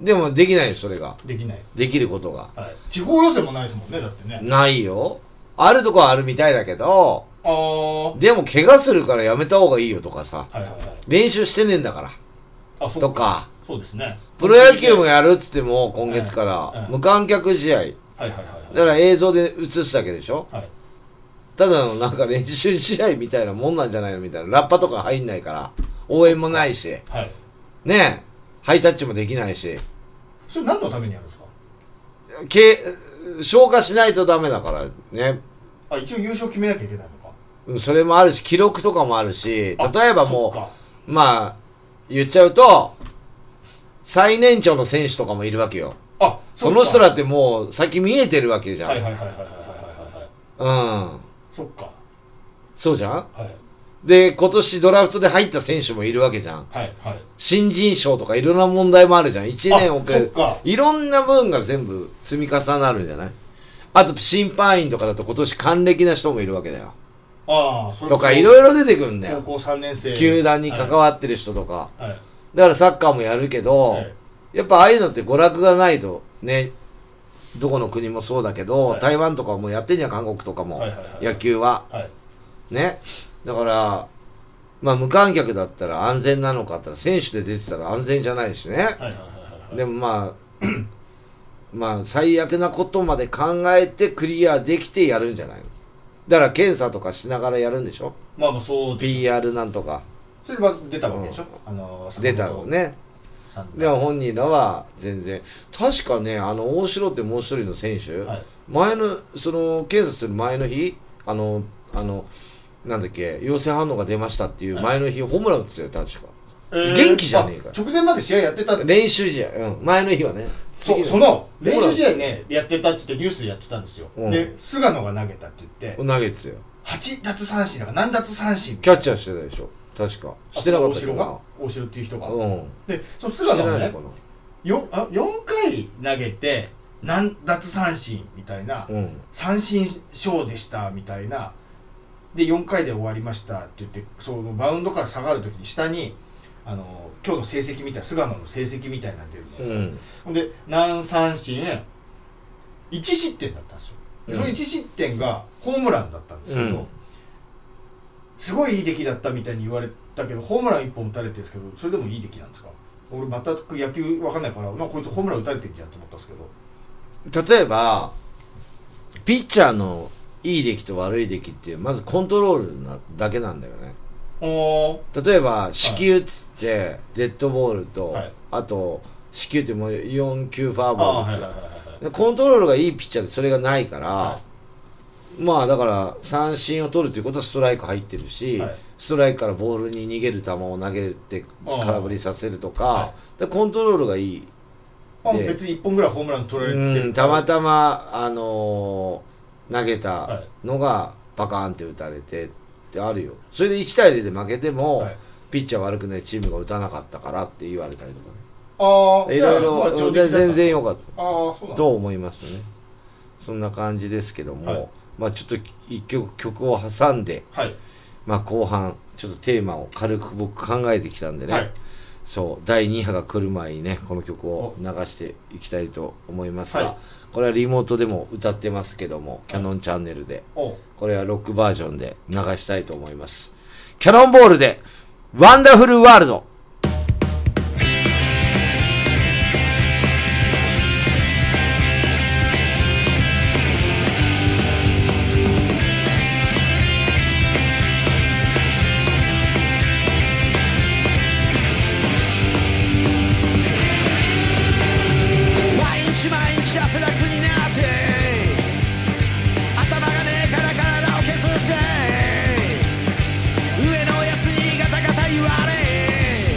でもできないよそれができないできることが、 はい、地方予選もないですもんねだってねないよあるとこはあるみたいだけどあでも怪我するからやめた方がいいよとかさ、はいはいはい、練習してねえんだからあそうとかそうですねプロ野球もやるっつっても今月から、はいはい、無観客試合、はいはいはいはい、だから映像で映すだけでしょ、はい、ただのなんか練習試合みたいなもんなんじゃないのみたいなラッパとか入んないから応援もないし、はい、ねえハイタッチもできないしそれ何のためにやるんですかけ消化しないとダメだからねあ一応優勝決めなきゃいけないのかそれもあるし記録とかもあるし例えばもうまあ言っちゃうと最年長の選手とかもいるわけよあ そ, その人だってもう先見えてるわけじゃんはいはいはいはいはいはいうんそっかそうじゃん、はい、で今年ドラフトで入った選手もいるわけじゃん、はいはい、新人賞とかいろんな問題もあるじゃんいちねん遅れいろんな分が全部積み重なるんじゃないあと審判員とかだと今年還暦な人もいるわけだよあそれとかいろいろ出てくるんだよ高校さんねん生球団に関わってる人とか、はいはい、だからサッカーもやるけど、はい、やっぱああいうのって娯楽がないとねどこの国もそうだけど、はい、台湾とかもやってんじゃん韓国とかも、はいはいはい、野球は、はい、ねだからまあ無観客だったら安全なのかって言ったら選手で出てたら安全じゃないしね、はいはいはいはい、でもまあまあ最悪なことまで考えてクリアできてやるんじゃないのだから検査とかしながらやるんでしょまあまあそう ピーアール なんとかそれは出たわけでしょ、うん、あの出たのね。でも本人らは全然確かね、あの大城ってもう一人の選手、はい、前のその検査する前の日、あのあのなんだっけ陽性反応が出ましたっていう前の日、はい、ホームラン打ってたよ確か、えー、元気じゃねえか。 直前まで試合やってた練習試合、うん、前の日はね。 そ, その練習試合ねやってたって言ってニュースでやってたんですよ、うん、で菅野が投げたって言って投げてたよ。 はち奪三振だから何奪三振キャッチャーしてたでしょ確か。してなかった大城が大城っていう人が、 うん、でその菅野がね 4, あよんかい投げて何奪三振みたいな、うん、三振ショーでしたみたいなでよんかいで終わりましたって言ってそのバウンドから下がるときに下にあの今日の成績みたいな菅野の成績みたいなんていうのがさ、うん、で何三振いち失点だったんですよ、うん、そのいち失点がホームランだったんですけど、うん、すごいいい出来だったみたいに言われたけどホームランいっぽん打たれてるんですけどそれでもいい出来なんですか。俺全く野球分かんないから、まあ、こいつホームラン打たれてんじゃんと思ったんですけど、 例えばピッチャーのいい出来と悪い出来ってまずコントロールなだけなんだよね。例えば四球っつって、はい、デッドボールと、はい、あと四球ってもうよん球ファーボールって、はいはいはい、コントロールがいいピッチャーってそれがないから、はい、まあだから三振を取るということはストライク入ってるし、はい、ストライクからボールに逃げる球を投げて空振りさせるとか、はい、でコントロールがいいで別にいっぽんぐらいホームラン取られてる、 うん、たまたま、あのー、投げたのがバカーンって打たれてってあるよ。それでいちたいゼロで負けても、はい、ピッチャー悪くないチームが打たなかったからって言われたりとかね。 ああ、 いろいろ、まあ、全然良かった。 ああ、そうなんと思いますね。そんな感じですけども、はい、まあちょっと一曲曲を挟んで、はい、まあ後半ちょっとテーマを軽く僕考えてきたんでね、はい、そうだいに波が来る前にねこの曲を流していきたいと思いますが、はい、これはリモートでも歌ってますけども、キャノンチャンネルで、はい、これはロックバージョンで流したいと思います。キャノンボールでワンダフルワールド。 汗だくになって頭がねえから体を削って上のやつにガタガタ言われ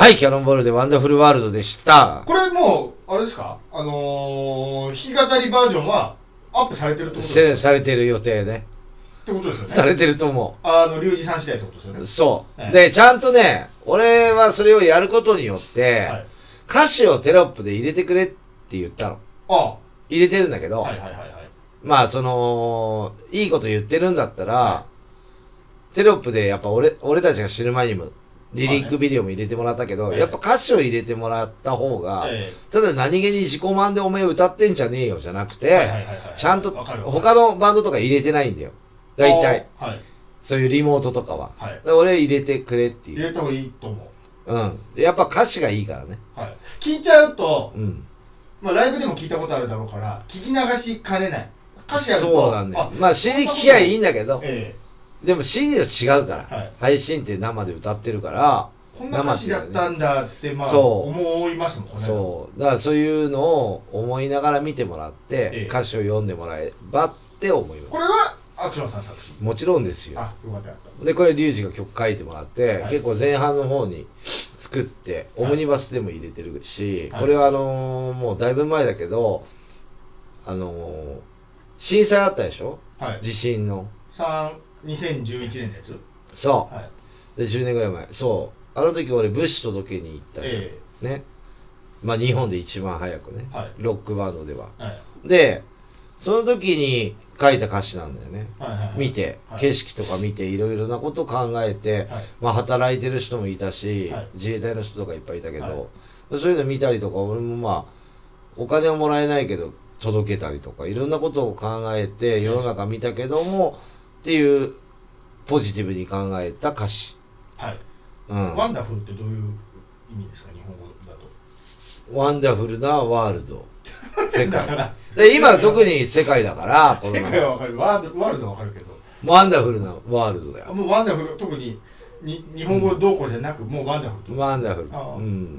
はい、キャノンボールでワンダフルワールドでした。 これもう、あれですかあのー、弾き語りバージョンはアップされてるってことですか？ されてる予定ね。 ってことですよね。 されてると思う。 あの、リュウジさん次第ってことですよね。 そう。 はい、 で、ちゃんとね、俺はそれをやることによって、 はい、 歌詞をテロップで入れてくれって言ったの。 ああ。 入れてるんだけど、 はいはいはいはい。 まあ、その、いいこと言ってるんだったら、はい、テロップでやっぱ俺、俺たちが死ぬ前にも、リリックビデオも入れてもらったけど、まあね、やっぱ歌詞を入れてもらった方が、ええ、ただ何気に自己満でお前歌ってんじゃねえよじゃなくて、ちゃんと他のバンドとか入れてないんだよ。大体。はい、そういうリモートとかは。はい、俺入れてくれっていう。 入れた方がいいと思う。 うん。でやっぱ歌詞がいいからね。 はい。聞いちゃうと、うん、まあライブでも聞いたことあるだろうから、聞き流しかねない。歌詞やると。そうなんだよ。まあ シーディー 聞きゃいいんだけど、ええでも シーディー と違うから、はい、配信って生で歌ってるから、 こんな歌詞だったんだって、まあ、思いますもんね。 そう。だからそういうのを思いながら見てもらって、ええ、歌詞を読んでもらえばって思います。 これはアクションさん作詞？ もちろんですよ。 あ、よかったやった。 で、これリュウジが曲書いてもらって、はい、結構前半の方に作って、オムニバスでも入れてるし、はい、これはあのー、もうだいぶ前だけど、あのー、震災あったでしょ？はい。地震の。 にせんじゅういちねんのやつ？ そう、はい、でじゅうねんぐらい前。そうあの時俺物資届けに行ったり、えー、ねまあ日本で一番早くね、はい、ロックバンドでは、はい、でその時に書いた歌詞なんだよね、はいはいはい、見て、はい、景色とか見ていろいろなことを考えて、はい、まあ働いてる人もいたし、はい、自衛隊の人とかいっぱいいたけど、はい、そういうの見たりとか俺もまあお金はもらえないけど届けたりとかいろんなことを考えて世の中見たけども、はいっていうポジティブに考えた歌詞。 はい。うん。ワンダフルってどういう意味ですか、日本語だと。 ワンダフルなワールド。世界。で今特に世界だから、 世界はわかる。ワールドはわかるけど。 ワンダフルなワールドだよ。 もうワンダフル、特にに日本語どうこうじゃなく、うん、もうワンダフル。 ワンダフル。ああうん。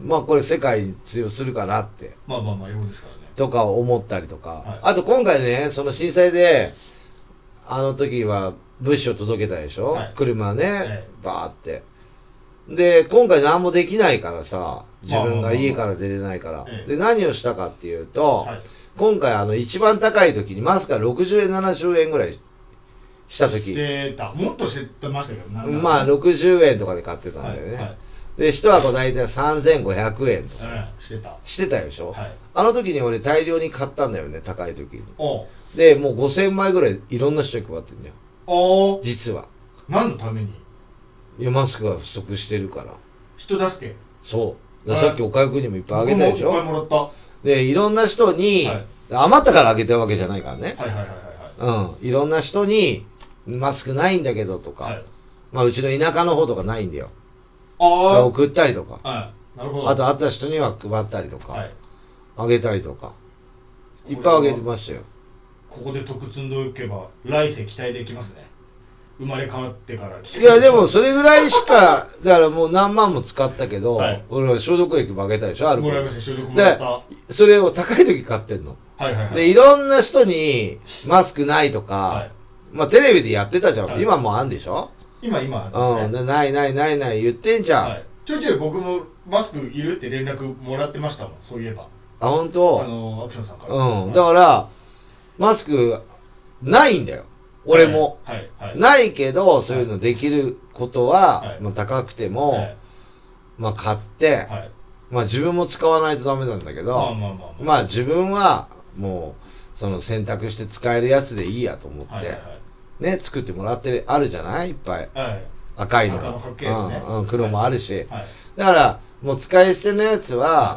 まあこれ世界に通用するかなって。 まあまあまあ、英語ですからね。 とか思ったりとか。はい、あと今回ね、その震災で、あの時は物資を届けたでしょ、はい、車ね、はい、バーって。で、今回何もできないからさ、自分が家から出れないから。で、何をしたかっていうと、はい、今回あの一番高い時にマスクがろくじゅうえん、ななじゅうえんぐらいした時。 してた。もっとしてましたけどな。 まあろくじゅうえんとかで買ってたんだよね。はいはい、で、一箱大体さんぜんごひゃくえんとか、 うん。してた。 してたでしょ、はい、あの時に俺大量に買ったんだよね、高い時に。で、もうごせんまいぐらいいろんな人に配ってんだよ。 あ実は。 何のために？ いや、マスクが不足してるから。 人助け？ そう。ださっき岡井くんにもいっぱいあげたでしょ？ いっぱいもらった。 で、いろんな人に、はい、余ったからあげてるわけじゃないからね。 はいはいはいはい。 うん。いろんな人に、マスクないんだけどとか、はい、まあうちの田舎の方とかないんだよ。ああ。送ったりとか。 はい。なるほど。 あと会った人には配ったりとか、はい、あげたりとか。いっぱいあげてましたよ。 ここで得積んでおけば来世期待できますね。生まれ変わってから。 いやでもそれぐらいしかだからもう何万も使ったけど、はい、俺は消毒液もあげたでしょ、あるもらいました。消毒もらった。 それを高い時買ってんの。 はいはいはい。 でいろんな人にマスクないとか、はい、まあテレビでやってたじゃん。はい、今もうあんでしょ。 今今あるんですね。うん、ないないないない言ってんじゃん。はい、 ちょいちょい僕もマスクいるって連絡もらってましたもん。そういえば。 あ本当。 あのアクションさんから。 うん。だからマスクないんだよ。俺も、はいはいはい、ないけどそういうのできることは、はい、まあ、高くても、はい、まあ買って、はい、まあ自分も使わないとダメなんだけど、まあ、まあまあまあ、まあ自分はもうその選択して使えるやつでいいやと思って、はいはいはい、ね作ってもらってあるじゃないいっぱい、はい、赤いのが、ね、うんうん、黒もあるし、はいはい、だからもう使い捨てのやつは、はい、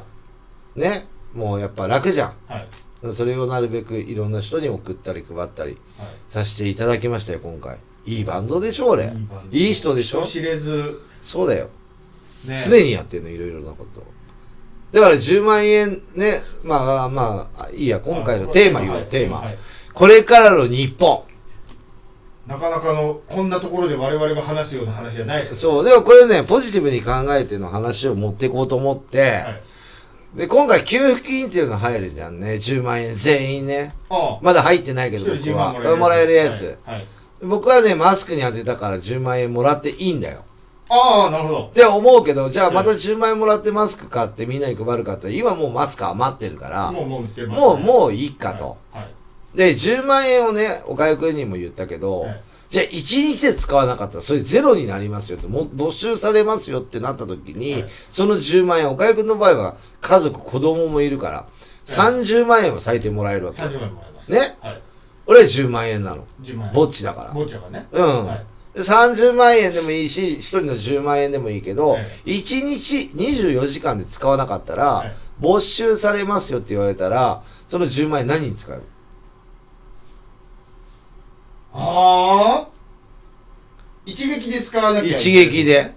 ねもうやっぱ楽じゃん。はい、それをなるべくいろんな人に送ったり配ったりさせていただきましたよ今回。いいバンドでしょ俺。いい, いい人でしょ。 人知れず。 そうだよ。ね、常にやってんのいろいろなこと。だからじゅうまんえんね、まあまあいいや今回のテーマ言うわ、はい、テーマ、はい。これからの日本。 なかなかのこんなところで我々が話すような話じゃないですよね。 そうでもこれねポジティブに考えての話を持っていこうと思って。はい、で今回給付金っていうの入るじゃんね。じゅうまんえん全員ね。ああまだ入ってないけど僕はもらえるやつ、はいはい、僕はねマスクに当てたからじゅうまんえんもらっていいんだよ。 ああ、なるほど。 って思うけど、じゃあまたじゅうまん円もらってマスク買ってみんなに配るかって、今もうマスク余ってるから、 もう、もう売ってます、 もう、もういいかと。 はい。はい、 で、じゅうまん円をね、おかゆくんにも言ったけど、はい、じゃあいちにちで使わなかったらそれゼロになりますよって、も没収されますよってなった時に、はい、そのじゅうまん円、おかゆくんの場合は家族、子供もいるから、さんじゅうまん円は最低もらえるわけ。 さんじゅうまん円もらえます。 ね。 はい。 俺はじゅうまん円なの。 じゅうまん円。 ぼっちだから。 ぼっちだからね。 うん。はい、さんじゅうまん円でもいいし、ひとりのじゅうまん円でもいいけど、 はい、 いちにちにじゅうよじかんで使わなかったら、はい、没収されますよって言われたら、そのじゅうまん円何に使う？ はあ。一撃で使わなきゃいけない。 一撃で。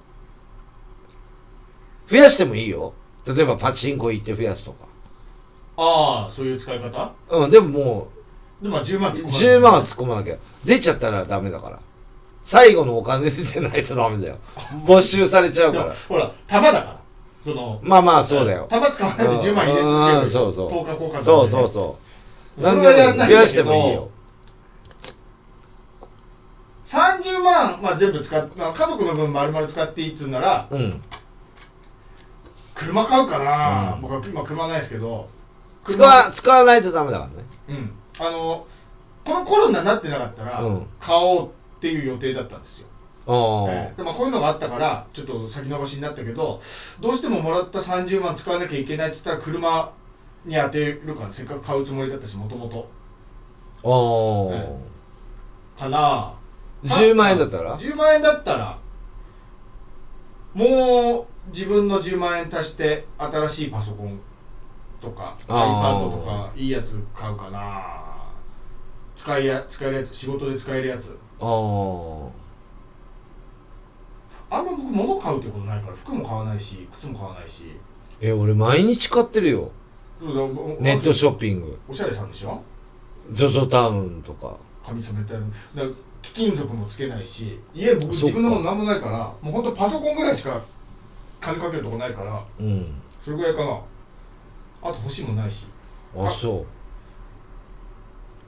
増やしてもいいよ。例えばパチンコ行って増やすとか。 ああ、そういう使い方？ うん、でももう、でもじゅうまん突っ込まなきゃ。 じゅうまんは突っ込まなきゃ。出ちゃったらダメだから。最後のお金出てないとダメだよ。没収されちゃうから。 ほら、玉だから。その、 まあまあそうだよ。 玉使わないでじゅうまん入れ続ける。 うん、そうそう。 とおか交換、ね、 そうそうそう。 なんで増やしてもいいよ。 さんじゅうまん、まあ、全部使って、まあ、家族の分丸々使っていいっつうなら、 うん、 車買うかな、うん、僕は今車ないですけど使わ、使わないとダメだからね。うん。あの、このコロナになってなかったら、うん、買おうっていう予定だったんですよ。えーでまあ、こういうのがあったからちょっと先延ばしになったけど、どうしてももらったさんじゅうまん使わなきゃいけないって言ったら車に当てるから、せっかく買うつもりだったし、もともとああ、 えー、かな。 じゅうまん円だったらじゅうまん円だったらもう自分のじゅうまん円足して新しいパソコンとか iPad とかいいやつ買うかな。使いや使えるやつ、仕事で使えるやつ。 ああ、 あんま僕物買うってことないから、服も買わないし靴も買わないし。 え、俺毎日買ってるよ。ネットショッピング。 おしゃれさんでしょ。 ジョジョタウンとか髪染めてある。だから貴金属もつけないし、家僕自分のものなんもないから、もうほんとパソコンぐらいしか金かけるとこないから、 うん、 それぐらいかな。あと欲しいもないし。 あ、そう。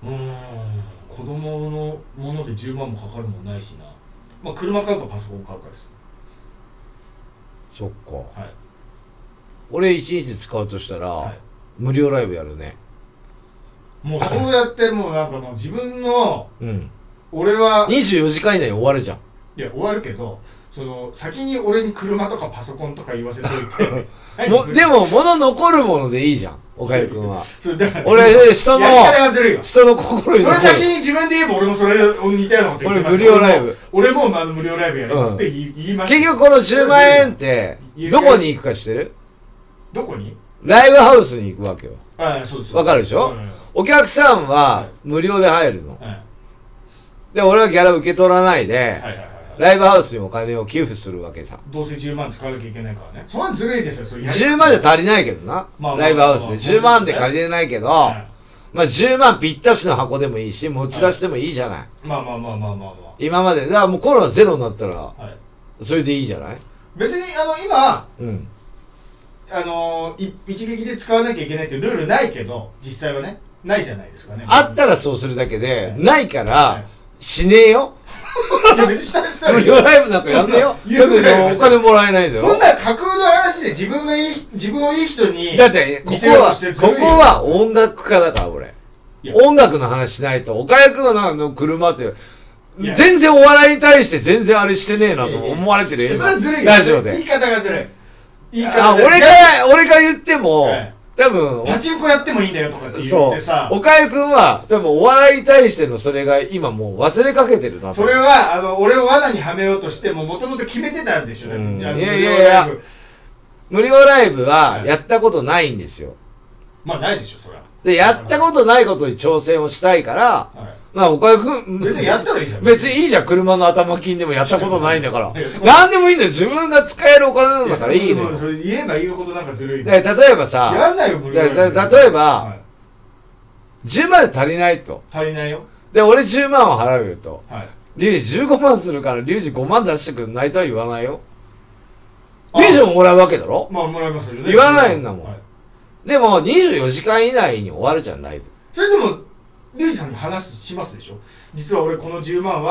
うーん、子供のものでじゅうまんもかかるもんないしな。まあ車買うかパソコン買うかです。 そっか。 はい。 俺いちにち使うとしたら、はい、無料ライブやるね。 もうそうやってもうなんかもう自分の、 うん、 俺はにじゅうよじかん以内に終わるじゃん。 いや終わるけど、その先に俺に車とかパソコンとか言わせといてもでも物残るものでいいじゃん、岡井君は。 それだから俺人の人の心に残る。それ先に自分で言えば俺もそれ似たようなこと言ってました。 俺無料ライブ。 俺もまあ無料ライブやりますって言いました。 結局このじゅうまん円ってどこに行くか知ってる？ どこに？ ライブハウスに行くわけよ。 はい、そうです。 わかるでしょ？お客さんは無料で入るの。で、俺はギャラ受け取らないで、ライブハウスにお金を寄付するわけさ。 どうせじゅうまん使わなきゃいけないからね。そんなんずるいですよ、それ。 じゅうまんじゃ足りないけどな。ライブハウスで。じゅうまんで借りれないけど、まあじゅうまんぴったしの箱でもいいし、持ち出しでもいいじゃない。 まあまあまあまあまあまあ。 今まで。だからもうコロナゼロになったら、それでいいじゃない？ 別に、あの、今、 うん。 あのー、一撃で使わなきゃいけないっていうルールないけど、実際はね、ないじゃないですかね。 あったらそうするだけで、はい、ないから、はい、しねえよ。 いや別にしたらしたら無料ライブなんかやんねえよ。だってお金もらえないんだよ。 こんな架空の話で自分がいい、自分をいい人に。 だって、ここは、ここは音楽家だから、俺。音楽の話しないと、岡谷くんはの車って、全然お笑いに対して全然あれしてねえなと思われてるよ。 それはずるい。 ラジオで。 言い方がずるい。 言い方あ、俺から、俺から言っても、はい、多分、 パチンコやってもいいんだよとかって言ってさ。 そう。岡谷くんは、多分お笑いに対してのそれが今もう忘れかけてるなと。 それは、あの、俺を罠にはめようとしても、もともと決めてたんでしょ、ね。うん、いやいやいや、無料ライブはやったことないんですよ。はい、 まあないでしょ、そりゃ。 で、やったことないことに挑戦をしたいから、はい、まあ、岡谷くん、 別にやったらいいじゃん。 別にいいじゃん、車の頭金でもやったことないんだから。なんでもいいんだよ、自分が使えるお金なんだからいいのよ。 それ言えば言うほどなんかずるい。 で、例えばさ、 やんないよ、無料例えば、はい、じゅうまんで足りないと。 足りないよ。 で、俺じゅうまんを払うよと。はい。リュウジじゅうごまんするから、リュウジごまん出してくんないとは言わないよ。リュウジももらうわけだろ？ まあ、もらいますよね。 言わないんだもん。はい、でも、にじゅうよじかん以内に終わるじゃん、ライブ。 それでも、リュウジさんに話す、しますでしょ？実は俺このじゅうまんは、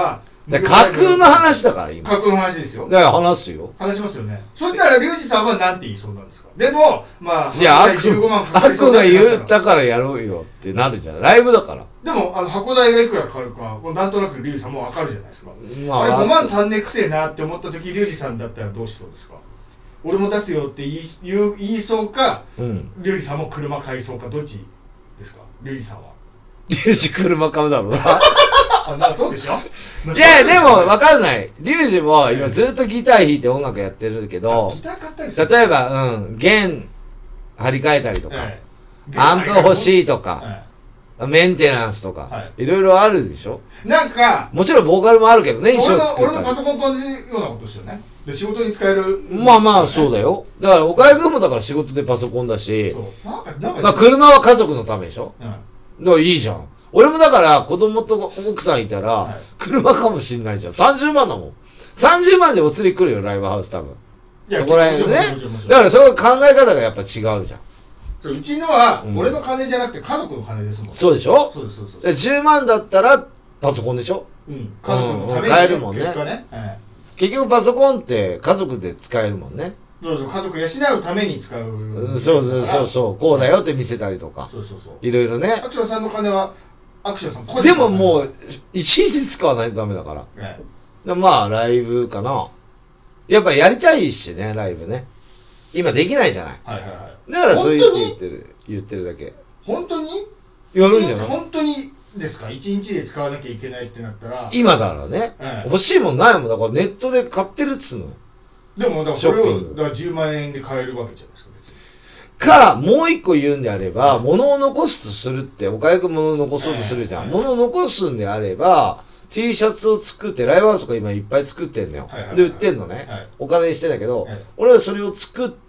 だから架空の話だから今。 架空の話ですよ。 だから話すよ。 話しますよね。そしたらリュウジさんはなんて言いそうなんですか。でもまあいや、アッじゅうごまんかかりコが言ったからやろうよってなるじゃない。ライブだから。 でもあの箱代がいくらかかるかもうなんとなくリュウジさんもわかるじゃないですか。 まあ、 あれごまん足んねえくせえなって思った時リュウジさんだったらどうしそうですか。俺も出すよって言い言う言いそうか、 うん、 リュウジさんも車買いそうかどっちですか。リュウジさんは。 リュウジ車買うだろうな。 あ、まあそうでしょ。 いやでも分かんない。リュウジも今ずっとギター弾いて音楽やってるけど、 ギター買ったりする。 例えば、うん、弦張り替えたりとか、 はいアンプ欲しいとか、 はい、 メンテナンスとか、 はい、 いろいろあるでしょ。 なんかもちろんボーカルもあるけどね、衣装作ったり。 俺のパソコンと同じようなことですよね。で仕事に使える。 まあまあそうだよ。だから岡井君もだから仕事でパソコンだし、 そうなんかなんかまあ車は家族のためでしょ。 うん、 だからいいじゃん。俺もだから子供と奥さんいたら、 はい、 車かもしんないじゃん。さんじゅうまんだもん。さんじゅうまんでお釣り来るよ、ライブハウス多分。そこら辺ね。だからそういう考え方がやっぱ違うじゃん。 うちのは、うん、俺の金じゃなくて家族の金ですもん。 そうでしょ。 そうですそうですそうです。 じゅうまんだったらパソコンでしょ。 うん。家族のために、 うん、買えるもんね。 結果ね、はい、 結局パソコンって家族で使えるもんね。 そうそう、家族養うために使う、 うん、そうそうそうそう、こうだよって見せたりとか、 そうそうそう、 いろいろね。 アクションさんの金はアクションさん個人でももういちいち使わないとダメだから、はい、でまあライブかな。やっぱやりたいしね、ライブね。今できないじゃない。 はいはいはい。 だからそういう言ってる言ってるだけ。 本当にやるんじゃない。 本当にですか。一日で使わなきゃいけないってなったら今だからね、はい、欲しいもんないもん。だからネットで買ってるっつうの。 でもだからそれをだからじゅうまんえんで買えるわけじゃないですか。別にかもう一個言うんであれば、はい、物を残すとするって、岡井くん物を残そうとするじゃん、はいはい、物を残すんであれば T シャツを作って、ライブハウスとか今いっぱい作ってんのよ、はいはいはい、で売ってんのね、はい、お金にしてたけど、はい、俺はそれを作って、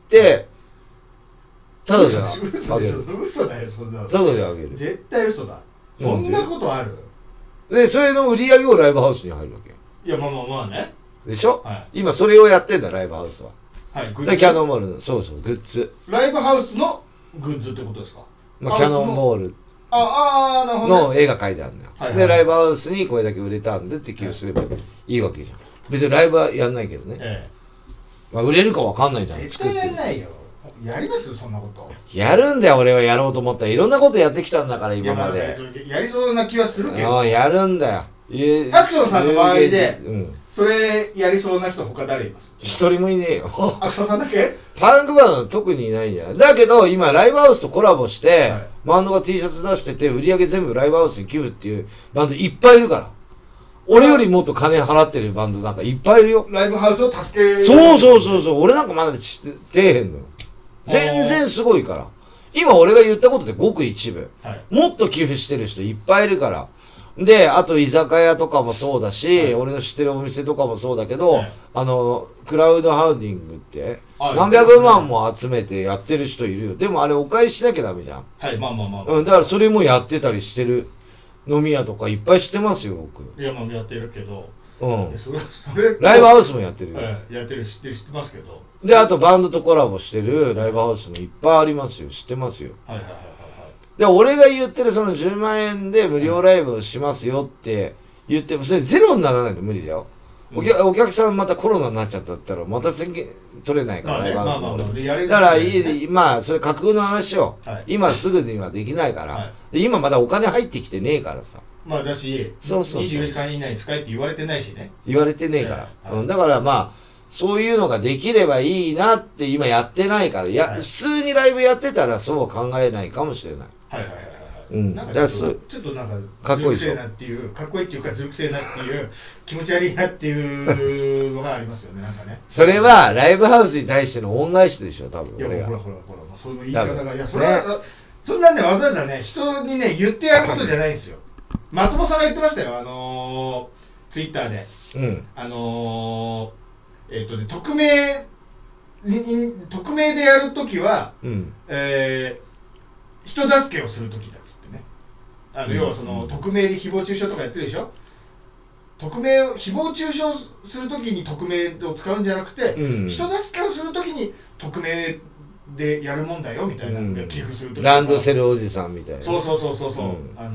ただであげる。 嘘だよ、そんなの。 ただであげる。 絶対嘘だ。そんなことある？ で、それの売り上げをライブハウスに入るわけよ。 いや、まあまあまあね。 でしょ、はい、今それをやってんだ、ライブハウスは。 はい、 グッズ。キャノンボールの、そうそう、グッズ。 ライブハウスのグッズってことですか？ まあ、キャノンボールああ、なるほど、ね、 の絵が描いてあるんだよ、はいはい。で、ライブハウスにこれだけ売れたんでって寄付すればいいわけじゃん。別にライブはやんないけどね。ええ、まあ、売れるかわかんないじゃん。 絶対やんないよ。やりますそんなこと。 やるんだよ、俺はやろうと思ったら。いろんなことやってきたんだから、今まで。 や, やりそうな気はするけど。 ああ、やるんだよ。 アクションさんの場合で、うん、それやりそうな人他誰います？ 一人もいねえよ。 アクションさんだけ？ パンクバンドは特にいないんじゃない。だけど、今、ライブハウスとコラボして、はい、バンドが T シャツ出してて、売り上げ全部ライブハウスに寄付っていうバンドいっぱいいるから。俺よりもっと金払ってるバンドなんかいっぱいいるよ。 ライブハウスを助ける。 そうそうそうそう。俺なんかまだ知ってへんのよ。全然すごいから。今俺が言ったことでごく一部、はい、もっと寄付してる人いっぱいいるから。で、あと居酒屋とかもそうだし、はい、俺の知ってるお店とかもそうだけど、はい、あのクラウドハウディングって何百万も集めてやってる人いるよ。でもあれお返ししなきゃダメじゃん。 はい、まあまあまあ、まあ、 うん、だからそれもやってたりしてる飲み屋とかいっぱい知ってますよ、僕。 いや、まあやってるけど、 うん、それそれライブハウスもやってるよ、 はい、やってる、知ってる、知ってますけど。 で、あとバンドとコラボしてるライブハウスもいっぱいありますよ。知ってますよ。はいはいはいはい。で、俺が言ってるそのじゅうまんえんで無料ライブをしますよって言っても、それゼロにならないと無理だよ。お客、お客さんまたコロナになっちゃったったらまた宣言取れないから、ライブハウスも。だからいい、まあそれ架空の話を、はい、今すぐにはできないから、はい、で今まだお金入ってきてねえからさ。 まあだし、そうそうそう、にじゅうよじかん以内に使えって言われてないしね。 言われてねえから、はいはい、うん、だからまあそういうのができればいいなって今やってないから、や、はい、普通にライブやってたらそう考えないかもしれない。 はいはいはいはい。 うん、 なんかちょっと、ちょっとなんかずるくせえなっていう、かっこいいっていうかずるくせえなっていう気持ち悪いなっていうのがありますよね、なんかね。 それはライブハウスに対しての恩返しでしょ、多分。 いや、ほらほらほら、その言い方が、いや、それは、ね、そんなんね、わざわざね、人にね、言ってやることじゃないんですよ。松本さんが言ってましたよ、あのー、ツイッターで。うん。あのー、えっとね、匿名に、匿名でやるときは、うん、えー、人助けをするときだっつってね。あの、要はその、うん、匿名で誹謗中傷とかやってるでしょ。匿名を、誹謗中傷するときに匿名を使うんじゃなくて、うん、人助けをするときに匿名でやるもんだよみたいな、うん、寄付するとき。 ランドセルおじさんみたいな。 そうそうそうそうそう、うん、あのね。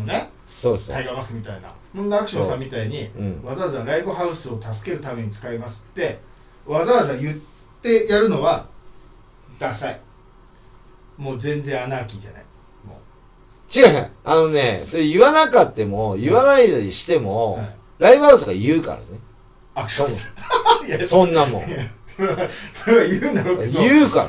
そうですねタイガーマスクみたいな、そんなアクションさんみたいに、 うん、 わざわざライブハウスを助けるために使いますってわざわざ言ってやるのはダサい。もう全然アナーキーじゃない。もう違う、あのね、それ言わなかっても言わないにしても、はい、ライブハウスが言うからね。 あ、そうそんなもん。 それは、それは言うんだろうけど。 言うから。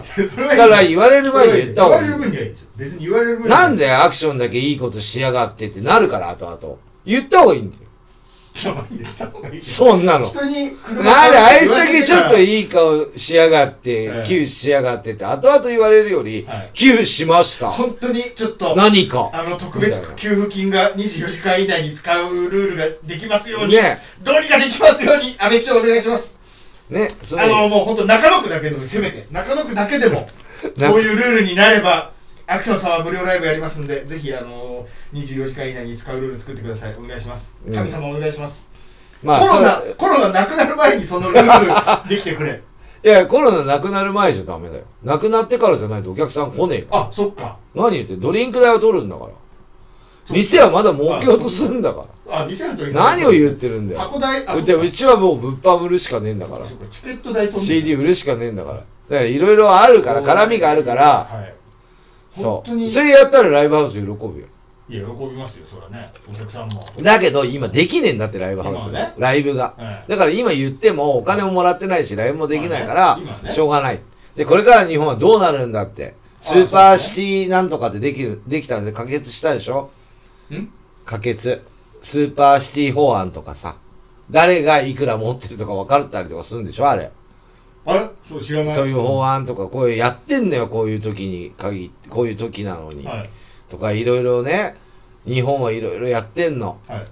だから言われる前に言った方がいい。 言われる分にはいいですよ。別に言われる分には。なんでアクションだけいいことしやがってってなるから、後々。言った方がいいんだよ。 言った方がいい。 そんなの。 人になんであいつだけちょっといい顔しやがって、寄付しやがってって、後々言われるより、寄付しました。 本当にちょっと、 何か。 あの、特別給付金がにじゅうよじかん以内に使うルールができますように。ね。どうにかできますように、安倍首相お願いします。ね、そあのもう本当中野区だけでもせめて中野区だけでもそういうルールになればアクションさんは無料ライブやりますんで、ぜひあのにじゅうよじかん以内に使うルール作ってください。お願いします。神様お願いします。うん、まあ、コロナコロナなくなる前にそのルールできてくれ。 いやコロナなくなる前じゃダメだよ。なくなってからじゃないとお客さん来ねえから。 あ、そっか。 何言ってドリンク代を取るんだから。店はまだ儲けようとするんだから。 あ、店は取り何を言ってるんだよ。 箱代、 うちうちはもう物販売るしかねえんだから。 チケット代とシーディー 売るしかねえんだから。だからいろいろあるから、絡みがあるから、はい、そう。それやったらライブハウス喜ぶよ。 いや、喜びますよ、そらね。お客さんも。 だけど、今できねえんだって、ライブハウス。ね、ライブが、はい。だから今言っても、お金ももらってないし、ライブもできないから、ね、しょうがない。で、これから日本はどうなるんだって。スーパーシティなんとかってできる、できたんで可決したでしょ？ん可決。スーパーシティ法案とかさ、誰がいくら持ってるとか分かったりとかするんでしょあれ。 あれそう知らない。 そういう法案とか、こういうやってんのよ、こういう時に限って、こういう時なのに。はい、とか、いろいろね、日本はいろいろやってんの。はい、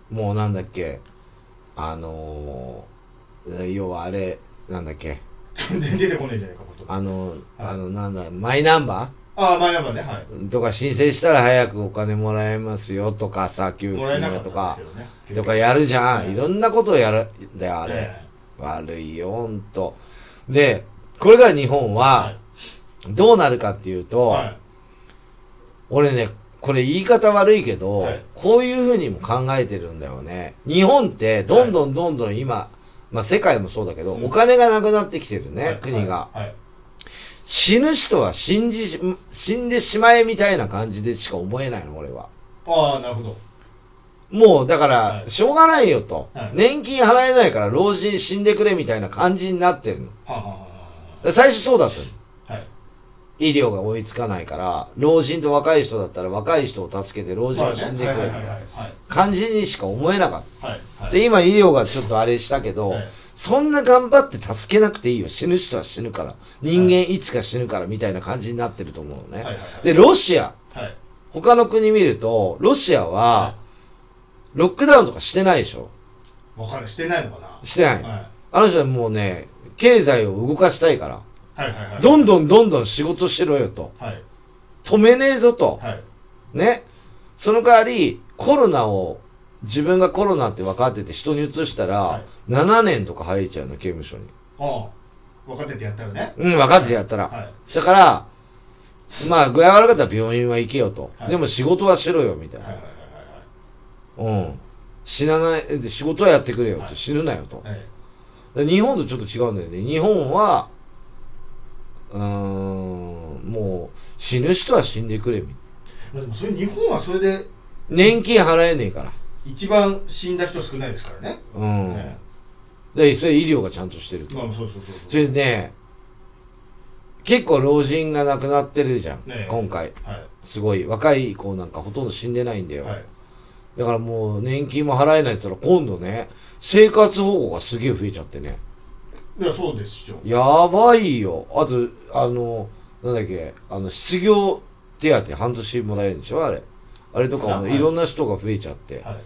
もうなんだっけ、あのー、要はあれ、なんだっけ。 全然出てこねえじゃないか、こと。 あの、はい、あの、なんだ、マイナンバーああ、マイナンバーね、はい。 とか申請したら早くお金もらえますよとかさ、給付金がとか、とかやるじゃん。いろんなことをやるんだよ、あれ。悪いよ、ほんと。で、これが日本は、どうなるかっていうと、俺ね、これ言い方悪いけど、こういうふうにも考えてるんだよね。日本ってどんどんどんどん今、まあ世界もそうだけど、お金がなくなってきてるね、国が。死ぬ人は死んじ、死んでしまえみたいな感じでしか思えないの、俺は。 ああ、なるほど。 もう、だから、しょうがないよと。はい、年金払えないから老人死んでくれみたいな感じになってるの。ははは最初そうだったの。はい、医療が追いつかないから、老人と若い人だったら若い人を助けて老人は死んでくれみたいな感じにしか思えなかった。はいはい、で、今医療がちょっとあれしたけど、はい、そんな頑張って助けなくていいよ。死ぬ人は死ぬから。人間いつか死ぬからみたいな感じになってると思うのね。はいはいはい、で、ロシア。はい、他の国見ると、ロシアは、ロックダウンとかしてないでしょ。 わかる。してないのかなしてない。はい、あの人はもうね、経済を動かしたいから。はいはいはい、どんどんどんどん仕事しろよと。はい、止めねえぞと。はい、ね。その代わり、コロナを、自分がコロナって分かってて人に移したら、はい、ななねんとか入っちゃうの、刑務所に。 ああ。分かっててやったらね。 うん、分かっててやったら。はい、だから、まあ、具合悪かったら病院は行けよと。はい、でも仕事はしろよ、みたいな。はいはいはいはい、うん。死なない、仕事はやってくれよと。はい、死ぬなよと。はい、日本とちょっと違うんだよね。日本は、うーん、もう、死ぬ人は死んでくれ、みたいな。でもそれ日本はそれで。 年金払えねえから。 一番死んだ人少ないですからね。うん。ね、 で、それ医療がちゃんとしてるから。 あ、そうそうそうそう。 それでね、結構老人が亡くなってるじゃん、ね、今回、はい。すごい。若い子なんかほとんど死んでないんだよ。はい、だからもう年金も払えないって言ったら今度ね、生活保護がすげえ増えちゃってね。 いや、そうですよ。 やばいよ。あと、あの、なんだっけ、あの、失業手当半年もらえるんでしょあれ。あれとかもいろんな人が増えちゃって。はい、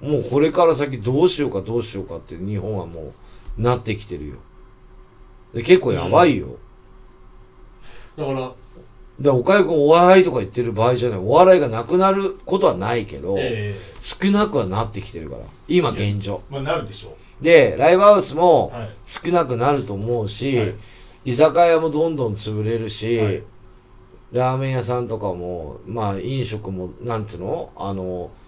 もうこれから先どうしようかどうしようかって日本はもうなってきてるよ。で結構やばいよ。 うん、だから、だから岡井君お笑いとか言ってる場合じゃない。お笑いがなくなることはないけど、えー、少なくはなってきてるから。今現状。 まあなるでしょう。 で、ライブハウスも少なくなると思うし、はい、居酒屋もどんどん潰れるし、はい、ラーメン屋さんとかも、まあ飲食も、なんつうのあの、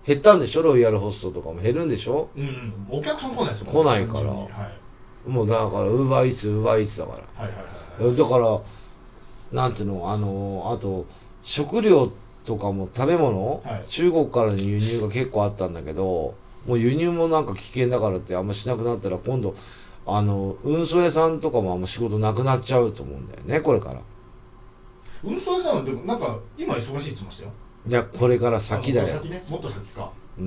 減ったんでしょ、ロイヤルホストとかも減るんでしょ。 うん、お客さん来ないですもん来ないから、 はい、 もうだからウーバーイーツウーバーイーツだから、 はいはいはいはい、 だからなんていうの、あのあと食料とかも食べ物、 はい、 中国からの輸入が結構あったんだけど、もう輸入もなんか危険だからってあんましなくなったら、今度あの運送屋さんとかもあんま仕事なくなっちゃうと思うんだよね、これから。 運送屋さんはでもなんか今忙しいって言ってましたよ。 いや、これから先だよ。 先ね、もっと先か。 うん、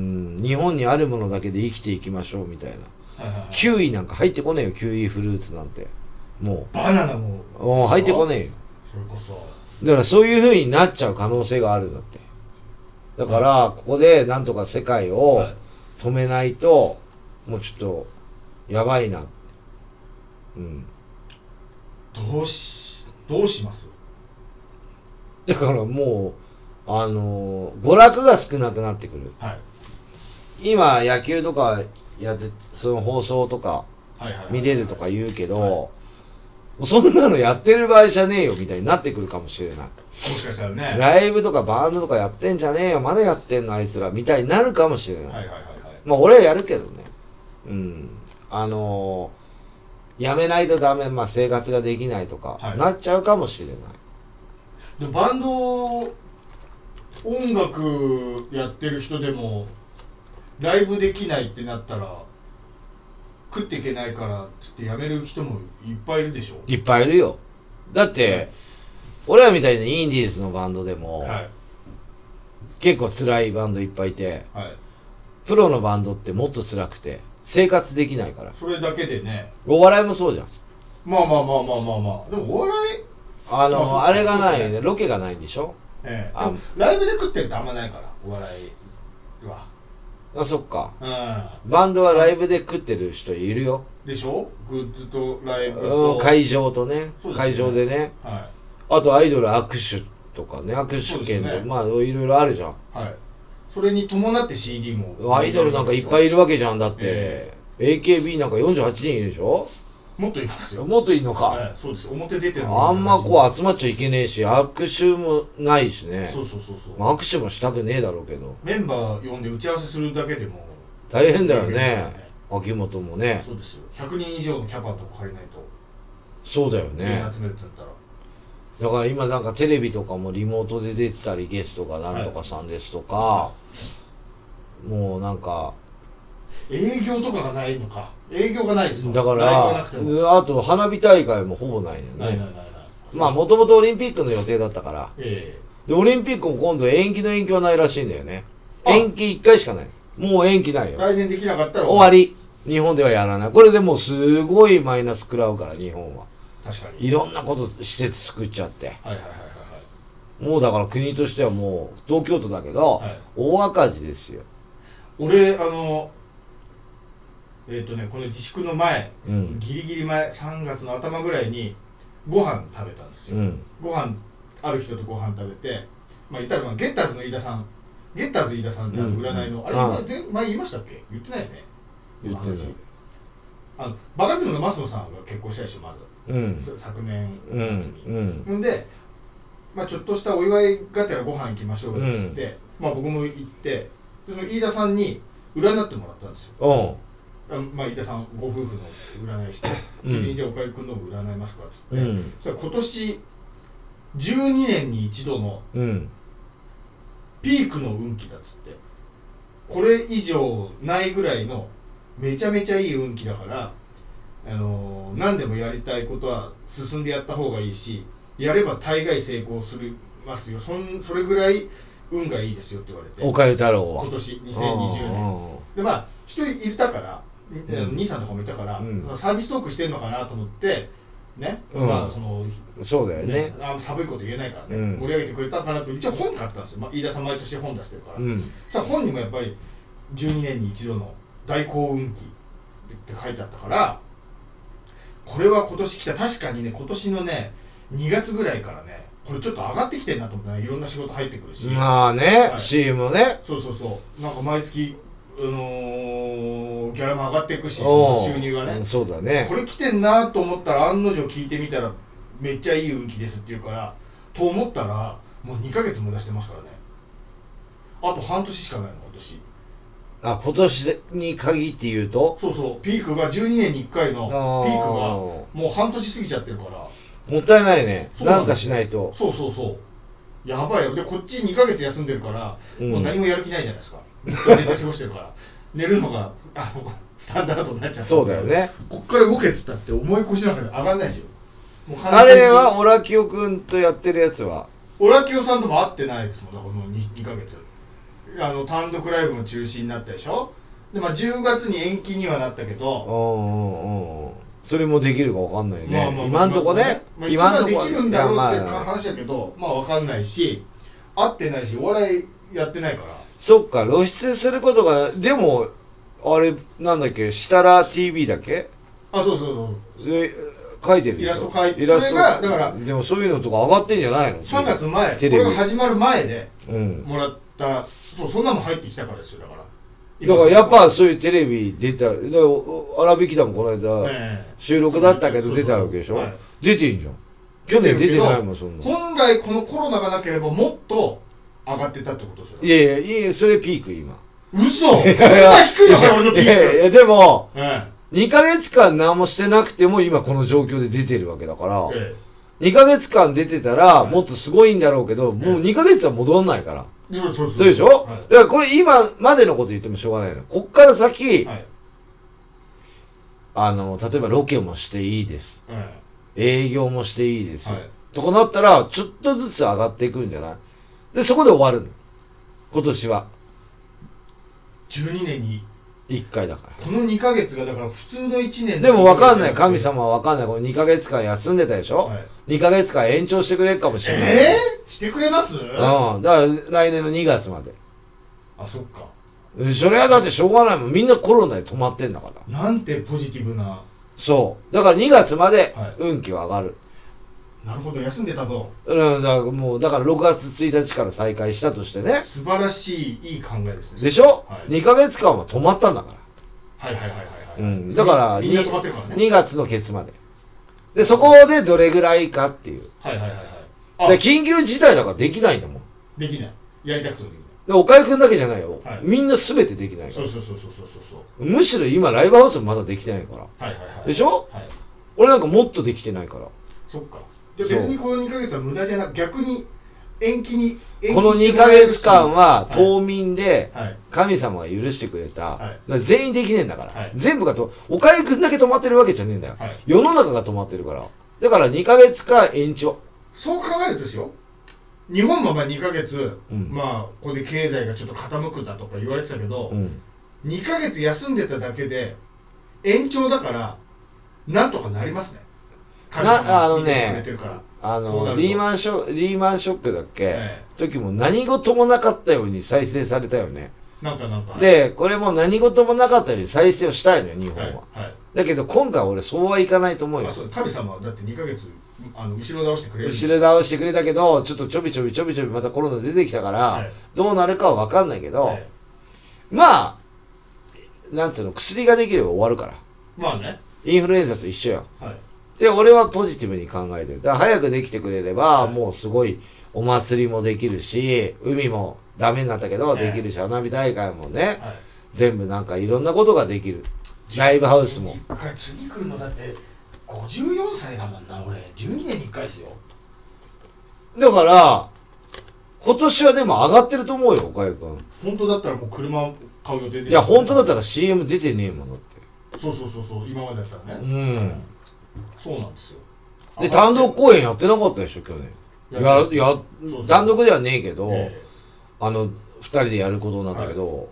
日本にあるものだけで生きていきましょうみたいな、 はいはいはい、 キウイなんか入ってこねえよ、キウイフルーツなんて。もうバナナももう入ってこねえよ。 それこそだからそういう風になっちゃう可能性があるんだって。だからここでなんとか世界を止めないと、もうちょっとやばいなって。うん。 どうしどうします？ だからもうあのー、娯楽が少なくなってくる。 はい。 今野球とかやってその放送とか見れるとか言うけど、はい、そんなのやってる場合じゃねえよみたいになってくるかもしれない。もしかしたらね、 ライブとかバンドとかやってんじゃねえよ、まだやってんのあいつらみたいになるかもしれない。はいはいはいはい。まあ俺はやるけどね。うん。あのー、やめないとダメ、まあ生活ができないとか、はい、なっちゃうかもしれない。 でバンド音楽やってる人でもライブできないってなったら食っていけないからってやめる人もいっぱいいるでしょ。 いっぱいいるよ。だって、はい、俺らみたいなインディーズのバンドでも、はい、結構辛いバンドいっぱいいて、はい、プロのバンドってもっと辛くて生活できないから。 それだけでね。 お笑いもそうじゃん。 まあまあまあまあまあまあ。でもお笑いあの、まあ、あれがないね、ロケがないんでしょ。 ええ、あライブで食ってるってあんまないからお笑いは。 あ、そっか、 うん、 バンドはライブで食ってる人いるよ。 でしょ。グッズとライブと、 うん、会場と ね, ね会場でね、はい、あとアイドル握手とかね、握手券とか、ね、まあいろいろあるじゃん。 はい。それに伴って シーディー もアイドルなんかいっぱいいるわけじゃん。だって、えー、エーケービー なんかよんじゅうはちにんいるでしょ。 もっといますよ。 もっといいのか、 はい、そうです。表出てるのあんまこう集まっちゃいけねえし、握手もないしね。 そうそうそうそう、 まあ、握手もしたくねえだろうけど、 メンバー呼んで打ち合わせするだけでも大変だよね、ね秋元もね。 そうですよ。ひゃくにん以上のキャパとか借りないと。 そうだよね。 集めるってなったら。 だから今なんかテレビとかもリモートで出てたり、ゲストがなんとかさんですとか、はい、もうなんか営業とかがないのか。営業がないですもん。 だからあと花火大会もほぼないよね。ないないないない。まあもともとオリンピックの予定だったから、えー、でオリンピックも今度延期の延期はないらしいんだよね。延期いっかいしかない。もう延期ないよ。 来年できなかったら終わり。日本ではやらない。これでもうすごいマイナス食らうから日本は。 確かに。 いろんなこと施設作っちゃって。 はいはいはいはい。 もうだから国としてはもう東京都だけど、はい、大赤字ですよ。 俺あのえっ、ー、とねこの自粛の前、うん、ギリギリ前さんがつの頭ぐらいにご飯食べたんですよ。うん、ご飯ある人とご飯食べて、まあ言ったらゲッターズの飯田さん、ゲッターズ飯田さんってあの占いの、うん、あれ、ああ前言いましたっけ？言ってないよね。 言ってない。 あのバカリズムの増野さんが結婚したでしょまず、うん、昨年夏に。うんうん、んで、まあ、ちょっとしたお祝いがてらご飯行きましょうって言って、うん、まあ僕も行って、でその飯田さんに占ってもらったんですよ。まあ飯田さんご夫婦の占いして、ついでにじゃあ岡井君のも占いますかっつって、うん、そしたら今年じゅうにねんに一度のピークの運気だっつって、これ以上ないぐらいのめちゃめちゃいい運気だから、あのー、何でもやりたいことは進んでやった方がいいし、やれば大概成功するますよ。そんそれぐらい運がいいですよって言われて。 岡井太郎は今年にせんにじゅうねんで、まあ一人いたから、うん、兄さんとかもいたから、うん、サービストークしてんのかなと思ってね、うん、まあそのそうだよね、ね、 あ寒いこと言えないからね、うん、盛り上げてくれたかなと。一応本買ったんですよ、まあ、飯田さん毎年本出してるから、うん、さあ本にもやっぱりじゅうにねんに一度の大幸運期って書いてあったから、これは今年来た。確かにね今年のねにがつぐらいからねこれちょっと上がってきてるなと思ってね、いろんな仕事入ってくるし、 まあね、はい、シーエム もね、 そうそうそう、なんか毎月あのー、ギャラも上がっていくし、その収入がね、 そうだね、 これ来てんなと思ったら案の定聞いてみたらめっちゃいい運気ですって言うから、と思ったらもうにかげつも出してますからね。あと半年しかないの今年。 あ、今年に限って言うとそうそう、ピークがじゅうにねんにいっかいのピークがもう半年過ぎちゃってるから。 もったいないね。 なん, なんかしないと。 そうそうそう。やばいよ。で、こっちにかげつ休んでるから、うん、もう何もやる気ないじゃないですか。寝て過ごしてるから。寝るのがあのスタンダードになっちゃって。 そうだよね。 こっから動けっつったって重い腰なんかで上がらないですよ。もうあれはオラキオくんとやってるやつはオラキオさんとも会ってないですもん。だからもう 2, にかげつあの単独ライブも中止になったでしょ。で、まあ、じゅうがつに延期にはなったけど、 うんうんうん、それもできるか分かんないね、 まあまあ、 今んとこね、 まあ、今んとこできるんだろうって話だけど、まあ分かんないし、会ってないし、お笑いやってないから。 そっか、露出することが、でもあれなんだっけ、設楽 ティーブイ だっけ。 あ、そうそうそう。 で書いてるでしょ、 イラスト書いてる。 イラストそれがだからでもそういうのとか上がってんじゃないの。 さんがつまえ、これが始まる前でもらった、うん、そうそんなの入ってきたからですよ。だからだからやっぱそういうテレビ出た、だから荒引きだもこの間、えー、収録だったけど出たわけでしょ、はい、出てんじゃん。去年出てないもん。そんな本来このコロナがなければもっと上がってたってことですよ。 いやいやいや、それピーク今。 嘘。こんな低いのかよ俺のピーク。いやいやでも、えー、にかげつかん何もしてなくても今この状況で出てるわけだから、えー、にかげつかん出てたらもっとすごいんだろうけど、えー、もうにかげつは戻んないから。 そうそうそうそうでしょ、はい、だからこれ今までのこと言ってもしょうがないの。こっから先、はい、あの例えばロケもしていいです、はい、営業もしていいです、はい、とかなったらちょっとずつ上がっていくんじゃない。でそこで終わるの今年は。 じゅうにねんにいっかいだから。 このにかげつがだから普通のいちねんでも分かんない。神様は分かんない。このにかげつかん休んでたでしょ、はい、にかげつかん延長してくれるかもしれない。 えー、してくれます？うん。 だから来年のにがつまで。 あ、そっか。 それはだってしょうがないもん。みんなコロナで止まってんだから。 なんてポジティブな。 そうだからにがつまで運気は上がる、はい、 なるほど。休んでたと。 だからもうだからろくがつついたちから再開したとしてね。 素晴らしいいい考えですね。 でしょ、はい、にかげつかんは止まったんだから。 はいはいはいはいはい、 うん、だからみんな止まってるからね。 にがつのケツまでで、そこでどれぐらいかっていう。 はいはいはいはい。 で緊急事態だからできないんだもん。 できない。やりたくてもできない。 で岡井くんだけじゃないよ、はい、みんな全てできないから。 そうそうそうそうそうそう。 むしろ今ライブハウスもまだできてないから。 はいはいはい。 でしょ、はい、俺なんかもっとできてないから。 そっか。で別にこのにかげつは無駄じゃなく、逆に延期に延期このにかげつかんは冬眠で神様が許してくれた、はい、だから全員できねえんだから、はい、全部がと岡井くんだけ止まってるわけじゃねえんだよ、はい、世の中が止まってるから。だからにかげつかん延長。 そう考えるとですよ、日本もまあにかげつ、うん、まあここで経済がちょっと傾くんだとか言われてたけど、うん、にかげつ休んでただけで延長だからなんとかなりますね。 なあのね、あのリーマンショリーマンショックだっけ、ええ、時も何事もなかったように再生されたよね。 なんかなんかでこれも何事もなかったように再生をしたいのよ日本は、はいはい、だけど今回俺そうはいかないと思うよ。 あ、そう、神様はだってにかげつあの後ろ倒してくれる。 後ろ倒してくれたけどちょっとちょびちょびちょびちょびまたコロナ出てきたから、はい、どうなるかは分かんないけど、はい、まあなんつうの、薬ができれば終わるから。 まあね、 インフルエンザと一緒よ、 はい。 で俺はポジティブに考えてる。だから早くできてくれれば、はい、もうすごいお祭りもできるし、海もダメになったけどできるし、えー、花火大会もね、はい、全部なんかいろんなことができる。ライブハウスも次来るのだってごじゅうよんさいだもんな俺。じゅうにねんにいっかいですよ。 だから今年はでも上がってると思うよ岡井君。 本当だったらもう車買う予定で。 いや本当だったら シーエム 出てねえもんだって。 そうそうそうそう、今までだったらね。うん、そうなんですよ。 で単独公演やってなかったでしょ去年。やや単独ではねえけど、えー、あのふたりでやることになったけど、はい、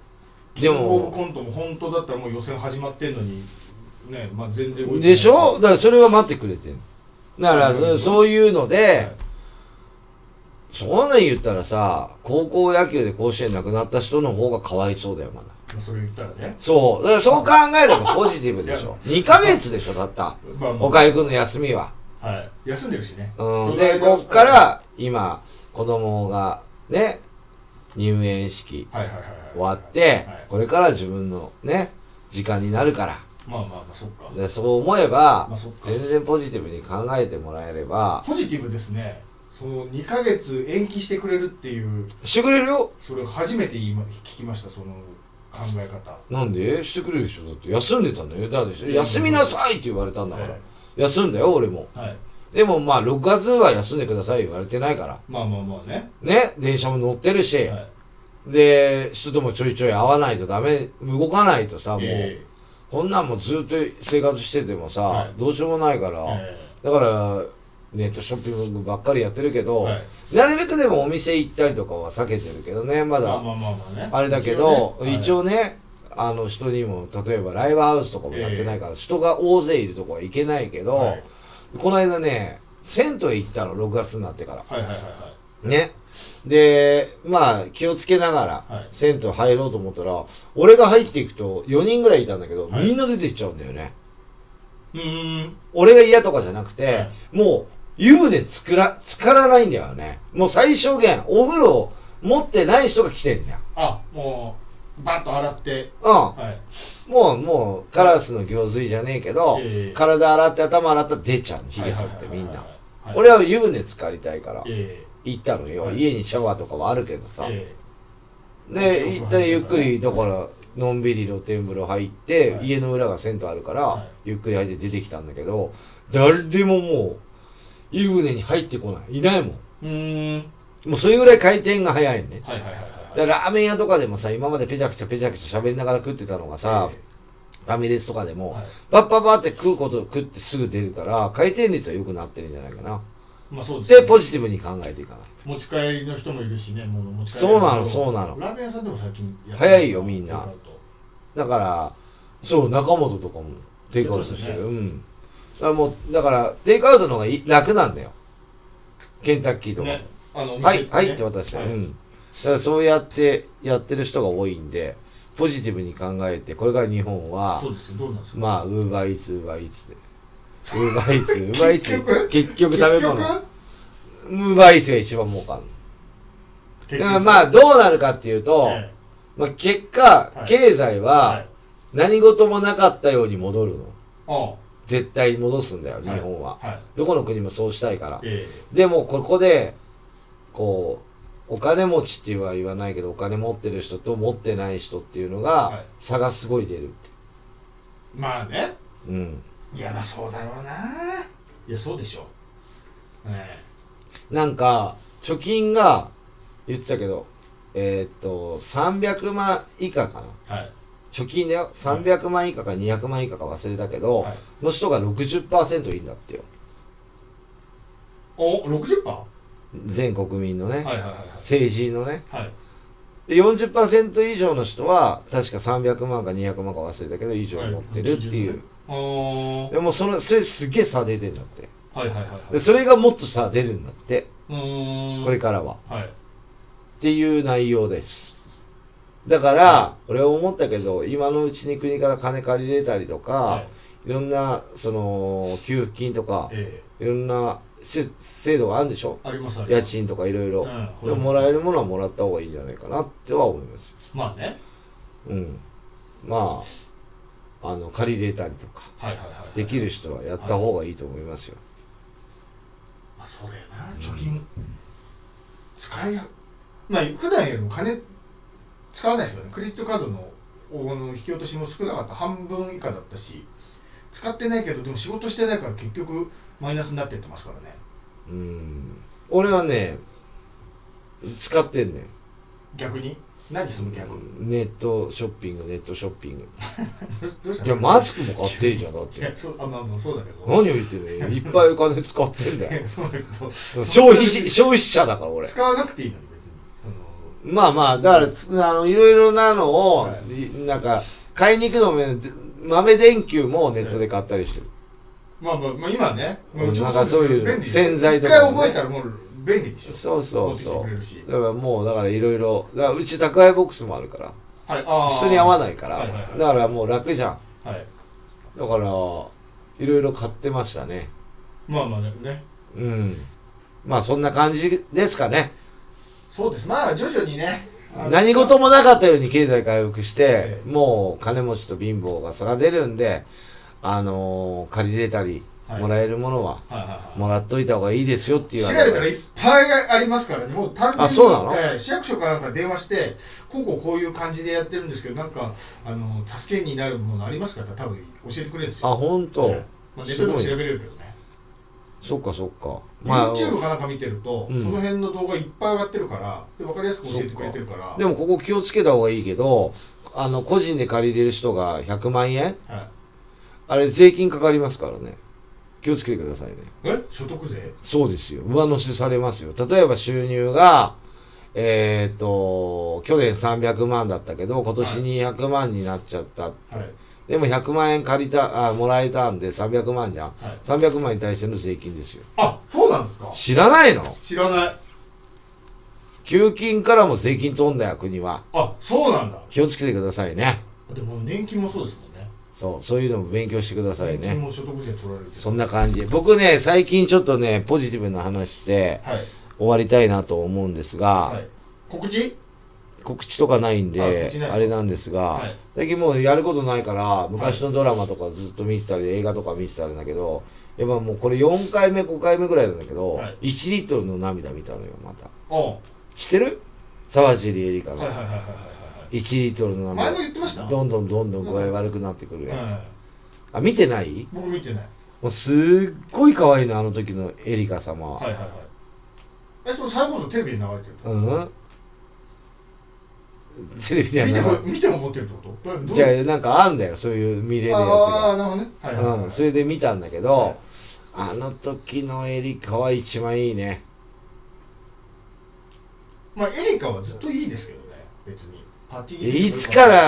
でもキングオブコントも本当だったらもう予選始まってんのにね、まあ全然動いてないでしょ。だからそれは待ってくれてんだから、うん、そういうので、はい、そんなん言ったらさ、高校野球で甲子園なくなった人の方がかわいそうだよまだ。 それ言ったらね。 そうだからそう考えればポジティブでしょ。にかげつでしょだった、まあまあ、岡井君の休みは。 はい、休んでるしね。 うん、でこっから今子供がね入園式終わってこれから自分のね時間になるから。 まあまあまあそっか。 でそう思えば、まあ、全然ポジティブに考えてもらえれば。 ポジティブですね。そのにかげつ延期してくれるっていう。 してくれるよ。 それ初めて言い、ま、聞きました。その考え方。 なんでしてくれるでしょ。だって休んでたのよ。だでしょ、休みなさいって言われたんだから、 はい休んだよ俺も。 はい。 でもまあろくがつは休んでください言われてないからまあまあまあね。 ね。電車も乗ってるし、 はい。 で人ともちょいちょい会わないとダメ、動かないとさ、もう、 えこんなんもずっと生活しててもさ、 はいどうしようもないから、 えだからネットショッピングばっかりやってるけど、 はいなるべくでもお店行ったりとかは避けてるけどね、まだまあまあまあまあね。 あれだけど、一応ね。 ね、あの人にも例えばライブハウスとかもやってないから、人が大勢いるとこは行けないけど、 はいはいこの間ね銭湯行ったのろくがつになってからはいはいはいはい。 ね。でまあ気をつけながらはい銭湯入ろうと思ったら、俺が入っていくとよにんぐらいいたんだけど、 はいみんな出て行っちゃうんだよね。 うーん。 俺が嫌とかじゃなくて、 はいもう湯船作ら浸からないんだよね。もう最小限お風呂持ってない人が来てんだよ。 あ、もう、バッと洗って。 うん、 はい。 もうもうカラスの行水じゃねえけど、 ええ体洗って頭洗ったら出ちゃうの、ひげ剃っはいはいはいはいてみんな。 はい俺は湯船浸かりたいからえ行ったのよ、 はい家にシャワーとかはあるけどえさ、 えで行ってゆっくりだからのんびり露天風呂入って、 はい家の裏が銭湯あるから、 はいゆっくり入って出てきたんだけど、誰ももう湯船に入ってこないいないもん。 えうーん。 もうそれぐらい回転が早いね。 はいはいはいはい。 だからラーメン屋とかでもさ、今までペチャクチャペチャクチャ喋りながら食ってたのがさ、 えファミレスとかでも、 はいパッパッパって食うこと食ってすぐ出るから回転率は良くなってるんじゃないかな。 まあそうですね。 でポジティブに考えていかないと。 持ち帰りの人もいるしね、もう持ち帰りそうなのそうなのラーメン屋さんでも最近やってる早いよみんなテイクアウトだからそう中本とかもテイクアウトしてる、 やってうんだからもうだからテイクアウトの方がいい楽なんだよ。ケンタッキーとかも、 ね、あのはい、 店はいって渡して、 はいうん。だからそうやってやってる人が多いんで、ポジティブに考えて、これから日本はそう、ですよ、どうなんですか。 まあ、ウーバーイーツ、ウーバーイーツで。ウーバーイーツ、ウーバーイーツ、 結局結局食べ物。 結ウーバーイーツが一番儲かる。 局だからまあ、どうなるかっていうと、 えまあ、結果、 はい経済えははい何事もなかったように戻るの。 あ絶対戻すんだよ、 あ日本は。 はいどこの国もそうしたいから。 えでもここでこうお金持ちっては言わないけどお金持ってる人と持ってない人っていうのはいが差がすごい出るって、 えまあね、 うん、 いやまあそうだろうないやそうでしょうえなんか貯金が言ってたけどえーっとさんびゃくまん以下かな、 えはい貯金だよさんびゃくまん以下かにひゃくまん以下か忘れたけど、 はいの人が ろくじゅっパーセント いいんだってよ、 お ろくじゅっパ全国民のね、 ーはいはいはい政治のねはいはいで よんじゅっパーセント 以上の人は確かさんびゃくまんかにひゃくまんか忘れたけど以上持ってるっていう、 おーでもそのそれすげえ差出てんだってはいはいはいはいでそれがもっと差出るんだってうーんこれからははいっていう内容ですだから俺は思ったけど今のうちに国から金借りれたりとか、 はいい、ろんなその給付金とかえいろんなせ制度があるんでしょえありますあります家賃とかいろいろうんでももらえるものはもらった方がいいんじゃないかなっては思いますまあねうんまああの借りれたりとかはいはいはいはいできる人はやった方がいいと思いますよまあそうだよな貯金使いまあ普段よりも金使わないですよねクレジットカードのおの引き落としも少なかった半分以下だったし使ってないけどでも仕事してないから結局マイナスになってってますからねうん俺はね使ってんねん逆に何その逆ネットショッピングネットショッピングどうしたいやマスクも買っていいじゃんだっいやてそうあまあまあそうだけど何を言ってんのよいっぱいお金使ってんだよいやそうだけど消費し消費者だから俺使わなくていいのに別にそのまあまあだからあのいろいろなのを、 はいなんか買いに行くのも豆電球もネットで買ったりしてる、 まあまあ、まあ、今ね、 うんもちろなんかそういう便利です洗剤とかもね一回覚えたらもう便利でしょ。 そうそう持そってきてくれるしうだからもうだからいろいろだからうち宅配ボックスもあるからはい、あー人に会わないから、 はいはいはいだからもう楽じゃんはい。 だからいろいろ買ってましたねまあまあね、ねうんまあそんな感じですかねそうです。まあ徐々にね。あの何事もなかったように経済回復してええもう金持ちと貧乏が差が出るんであのー借りれたりはい、 もらえるものは、 はいはいはい、 もらっといた方がいいですよっていう調べたらいっぱいありますからね。もう単純にあ、そうなの、 えー、市役所かなんか電話してこうこうこういう感じでやってるんですけど、なんかあの助けになるものありますから多分教えてくれるんですよ。 あ、本当、 えーまあ、ネットでも調べれるけどね。 そっかそっか、 まあ、YouTube かなんか見てると、 うん、 その辺の動画いっぱい上がってるからで分かりやすく教えてくれてるから。 でもここ気をつけた方がいいけど、あの個人で借りれる人がひゃくまんえん、はい、あれ税金かかりますからね、気をつけてくださいね。 え、所得税？ そうですよ、上乗せされますよ。例えば収入がえっと去年さんびゃくまんだったけど今年にひゃくまんになっちゃったって、はい、でもひゃくまんえん借りたあもらえたんでさんびゃくまんじゃん、はい、さんびゃくまんに対しての税金ですよ。 あ、そうなんですか？ 知らないの？ 知らない。 給金からも税金取んだよ国は。 あ、そうなんだ。 気をつけてくださいね。 でも年金もそうですもんね。 そう、そういうのも勉強してくださいね。 年金も所得税取られる。 そんな感じで、僕ね最近ちょっとねポジティブな話して、はい、終わりたいなと思うんですが、はい、 告知告知とかないんで あ, あれなんですが、はい、最近もうやることないから昔のドラマとかずっと見てたり映画とか見てたんだけど、やっぱもうこれよんかいめごかいめぐらいなんだけど、はい、いちリットルの涙見たのよまた。知ってる？沢尻エリカのいちリットルの涙。 前も言ってました？ どんどんどんどん具合悪くなってくるやつ、はいはい、あ、見てない？ 僕見てない。 もうすっごい可愛いのあの時のエリカ様は。 はいはいはい。え、その再放送テレビで流れてる？ うん。テレビでは見ても見ても持ってるってこと？ じゃあなんかあんだよそういう見れるやつが。 ああ、なるほどね。 はいはいはい、うん、それで見たんだけど、はい、あの時のエリカは一番いいね。 まあエリカはずっといいですけどね、別に。パッチギいつから、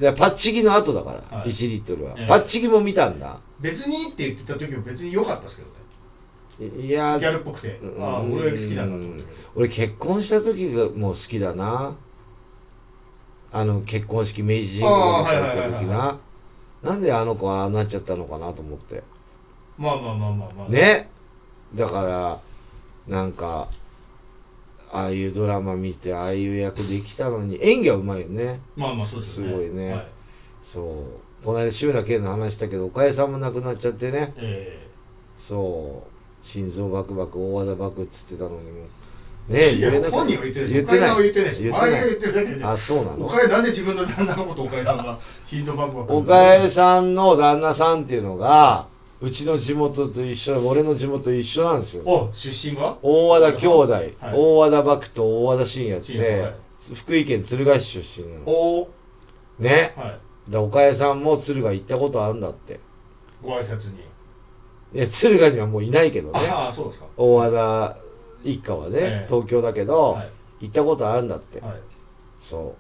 パッチギの後だから、はい、いちリットルは、えー。パッチギも見たんだ。 別にって言ってた時も別に良かったですけどね。 いやギャルっぽくて。ああ、俺好きだなと思って。 俺結婚した時がもう好きだな。あの結婚式明治神宮に行った時な。なんであの子はああなっちゃったのかなと思って。 まあまあまあまあまあ。 ね。だから、なんか、ああいうドラマ見てああいう役できたのに演技はうまいよね。 まあまあそうですね。 すごいね、はい、そうこの間志村けんの話したけど岡江さんも亡くなっちゃってね、えー、そう心臓バクバク大和田バクっつってたのにもねえ言えなく本人は言ってない。言ってない。言ってない。周りが言ってるだけで。 あ、そうなの。 岡江なんで自分の旦那のこと岡江さんが心臓バクバク。 岡江さんの旦那さんっていうのがうちの地元と一緒、俺の地元一緒なんですよ。 お、出身が大和田兄弟、はい、大和田漠と大和田信也って、はい、福井県敦賀市出身なの。おね、はい、だ岡江さんも敦賀行ったことあるんだって。 ご挨拶に。 いや、敦賀にはもういないけどね。 ああ、そうですか。 大和田一家はね、えー、東京だけど、はい、行ったことあるんだって。はい、そう。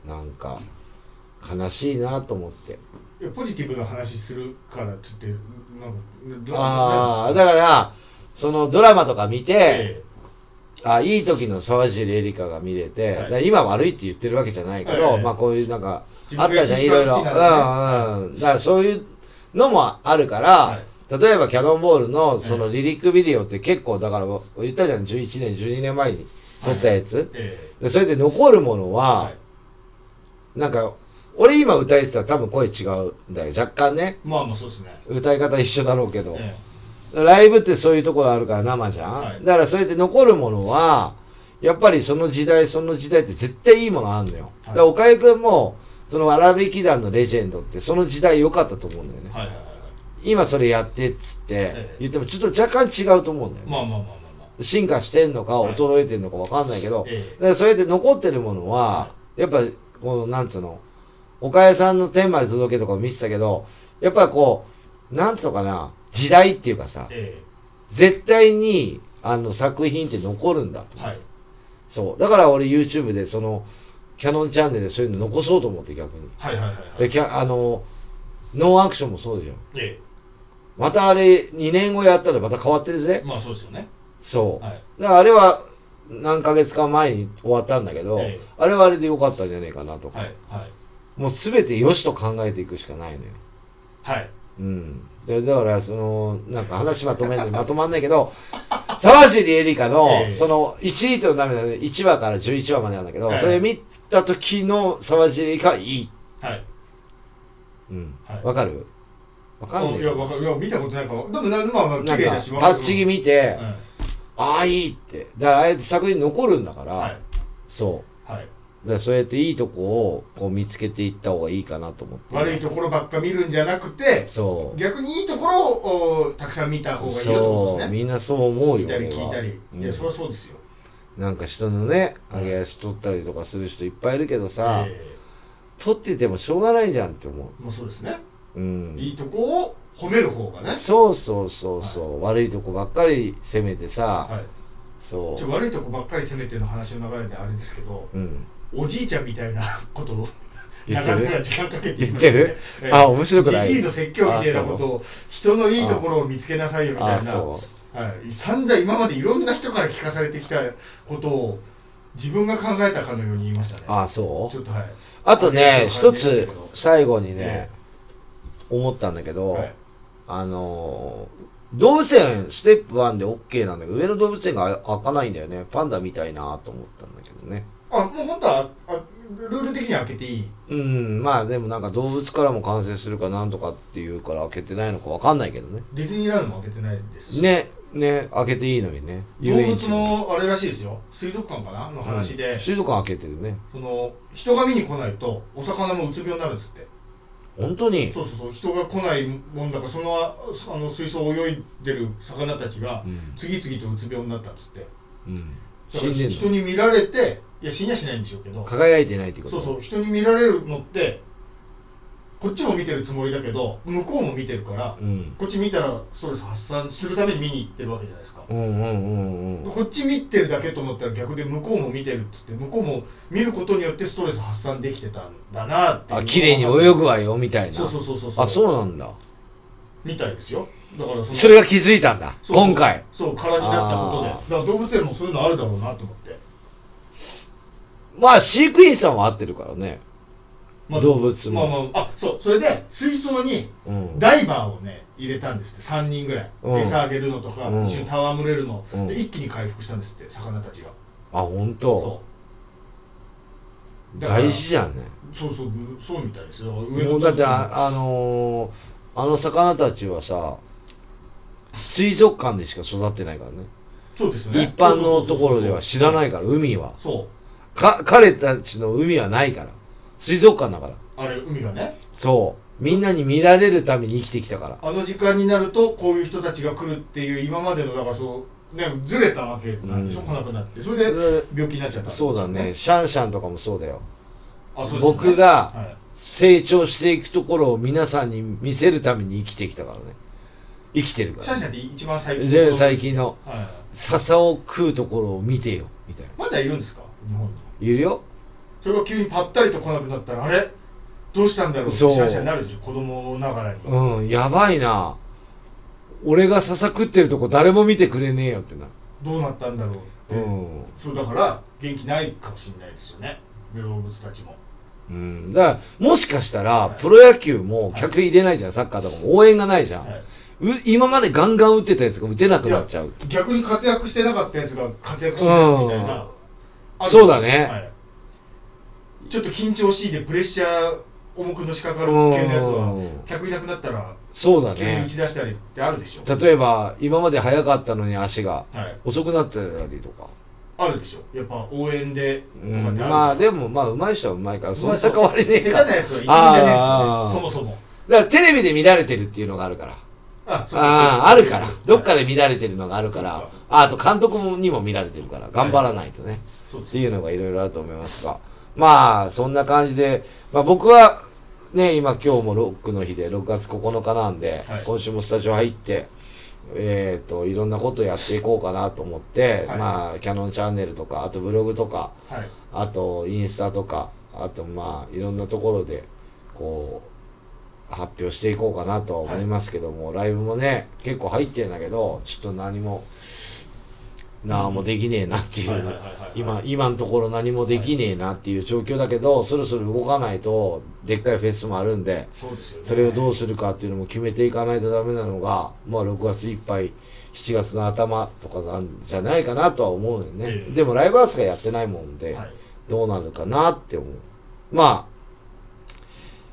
なんか、悲しいなと思って。 いやポジティブな話するからって言ってなんかああだからそのドラマとか見て、ええ、あいい時の沢尻エリカが見れて、はい、今悪いって言ってるわけじゃないけど、え、まあこういうなんかあったじゃんいろいろ、ね、うんうんだからそういうのもあるから、はい、例えばキャノンボールのそのリリックビデオって結構だから言ったじゃんじゅういちねんじゅうにねんまえに撮ったやつ、はい、でそれで残るものは、はい、なんか俺今歌えてたら多分声違うんだよ若干ね。 まあまあそうですね。 歌い方一緒だろうけど、ええ、ライブってそういうところあるから生じゃん、はい、だからそうやって残るものはやっぱりその時代その時代って絶対いいものあるのよ、はい、だから岡井くんもそのわらびき団のレジェンドってその時代良かったと思うんだよね、はいはいはい、今それやってっつって言ってもちょっと若干違うと思うんだよね、まあまあまあまあ、まあ、進化してんのか衰えてんのか分かんないけど、はい、だからそうやって残ってるものは、はい、やっぱこのなんつうの岡江さんの天まで届けとか見てたけど、やっぱりこう、なんつうのかな、時代っていうかさ、ええ、絶対にあの作品って残るんだと思って、はい、そう。だから俺 YouTube でその、キャノンチャンネルでそういうの残そうと思って逆に。はいはいはい、はい。で、キャあの、ノーアクションもそうだよ。ええ、またあれ、にねんごやったらまた変わってるぜ。 まあそうですよね。 そう。はい、だからあれは、何ヶ月か前に終わったんだけど、ええ、あれはあれで良かったんじゃねえかなとか。はいはいもうすべて良しと考えていくしかないのよ。はい。うん。でだからそのなんか話まとめんのにまとまんないけど、沢尻エリカの、えー、そのいちリットルの涙でいちわからじゅういちわまでなんだけど、はい、それ見た時の沢尻エリカはいい。はい。うん。わ、はい、かる？ わかんない。 いや、わかる。いや、見たことないかも。でも、なまあまあ、 なんか綺麗だし、 パッチギ見て、 うん、 ああ、いいって。だから、ああやって作品残るんだから、 はい、 そう。 はい。 だからそうやっていいとこをこう見つけていった方がいいかなと思って。 悪いところばっか見るんじゃなくて、 そう。 逆にいいところをおたくさん見た方がいいよと思うんですね。 そう、みんなそう思うよ。 見たり聞いたり。 うん、 いや、そりゃそうですよ。 なんか人のね、揚げ足取ったりとかする人いっぱいいるけどさ、えー、取っててもしょうがないじゃんって思う。 もうそうですね。 うん。 いいとこを褒める方がね。 そうそうそうそう、はい、悪いとこばっかり責めてさ、はい、 そう。ちょ悪いとこばっかり責めての話の流れであれですけど、うん、おじいちゃんみたいなことをなかなか時間かけて言ってる、えー、あ、面白くない。 じじいの説教みたいなことを、人のいいところを見つけなさいよみたいな、はい、散々今までいろんな人から聞かされてきたことを自分が考えたかのように言いましたね。 あ、そう。 ちょっとはい。 あとね、一つ最後にね、えー、思ったんだけど、はい、あのー、動物園ステップワンで OK なんだけど、上の動物園が開かないんだよね。パンダみたいなと思ったんだけどね。 あ、もう本当はあルール的には開けていい？ うん、まあでもなんか動物からも感染するかなんとかっていうから開けてないのかわかんないけどね。 ディズニーランドも開けてないですしね、ね、開けていいのにね。 動物もあれらしいですよ、水族館かなの話で、 うん、水族館開けてるね。 その人が見に来ないとお魚もうつ病になるんですって。 本当に？ そうそうそう、人が来ないもんだからそのあの水槽を泳いでる魚たちが次々とうつ病になったっつって、うん、死んでんの？人に見られて、いや死にはしないんでしょうけど、 輝いてないってこと？ そうそう、人に見られるのってこっちも見てるつもりだけど向こうも見てるから、うん、こっち見たらストレス発散するために見に行ってるわけじゃないですか。うんうんうんうん、こっち見てるだけと思ったら逆で向こうも見てるっつって、向こうも見ることによってストレス発散できてたんだなっていう。 あ、綺麗に泳ぐわよみたいな。 そうそうそうそう。 あ、そうなんだ。 みたいですよ。だから そ, それが気づいたんだ。 そうそう今回。 そう空になったことで。だから動物園もそういうのあるだろうなと思って。 まあ飼育員さんは合ってるからね。まあ、動物も。 まあまあ、あ、そう、それで水槽にダイバーをね入れたんですってさんにんぐらい、うん、餌あげるのとか、うん、一緒に戯れるの、うん、で一気に回復したんですって魚たちが。 あ、本当。大事じゃんね。 そうそう、そうみたいですよ。 もうだってあ、あのー、あの魚たちはさ水族館でしか育ってないからね。 そうですね。 一般のところでは知らないから、海は。 そうか彼たちの海はないから、水族館だから。 あれ海がね。 そう、みんなに見られるために生きてきたから。 あの時間になるとこういう人たちが来るっていう今までのだからそうねずれたわけなんでしょ、うん、来なくなって、それで病気になっちゃった、ね、 そうだね。シャンシャンとかもそうだよ。 あ、そうですね、 僕が成長していくところを皆さんに見せるために生きてきたからね。生きてるから、 ね、シャンシャンって一番最近の最近の、はい、笹を食うところを見てよみたいな。 まだいるんですか日本に？ いるよ。 それが急にパッタリと来なくなったらあれどうしたんだろうってシャンシャンになるでしょ、子供ながらに。 うん、やばいな、俺が笹食ってるとこ誰も見てくれねえよってな。 どうなったんだろうって、うん、そうだから元気ないかもしれないですよね、動物たちも。 うん、だからもしかしたら、はい、プロ野球も客入れないじゃん、はい、サッカーとかも応援がないじゃん、はい、今までガンガン打ってたやつが打てなくなっちゃう。 逆に活躍してなかったやつが活躍しますみたいな、 うん、そうだね、はい、 ちょっと緊張しいでプレッシャー重くのしかかる系のやつは客いなくなったらそうだね、 急に打ち出したりってあるでしょ。 例えば今まで速かったのに足が遅くなってたりとか、 はい、あるでしょ、やっぱ応援で、 うん、まあでもまあ上手い人は上手いからそんな変わりねえか。 下手なやつはいちみじゃねえですよね、そもそも。 だからテレビで見られてるっていうのがあるから。ああ、あるから、どっかで見られてるのがあるから、はい、あと監督にも見られてるから頑張らないとね、はい、っていうのがいろいろあると思いますが、まあそんな感じで、まあ、僕はね今今日もロックの日でろくがつここのかなんで、はい、今週もスタジオ入ってえっといろんなことやっていこうかなと思って、はい、まあキャノンチャンネルとかあとブログとか、はい、あとインスタとかあとまあいろんなところでこう発表していこうかなとは思いますけども、はい、ライブもね結構入ってるんだけどちょっと何も何もできねえなっていう今今のところ何もできねえなっていう状況だけど、はい、そろそろ動かないとでっかいフェスもあるん で, そうですよ、ね、それをどうするかっていうのも決めていかないとダメなのがまあろくがついっぱいしちがつの頭とかなんじゃないかなとは思うよね、えー、でもライブハウスがやってないもんで、はい、どうなるかなって思う。まあ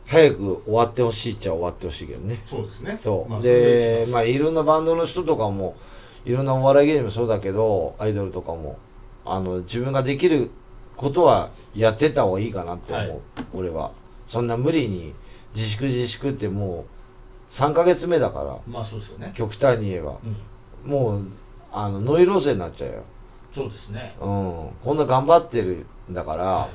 早く終わってほしいっちゃ終わってほしいけどね。 そうですね。 そう、 まあ、 でまあいろんなバンドの人とかもいろんなお笑い芸人もそうだけどアイドルとかもあの自分ができることはやってった方がいいかなって思う、はい、俺はそんな無理に自粛自粛ってもうさんかげつめだから、 まあそうですよね、 極端に言えば、うん、もうあのノイローゼになっちゃうよ。 そうですね、 うん、こんな頑張ってるんだから、はいはいはいはい、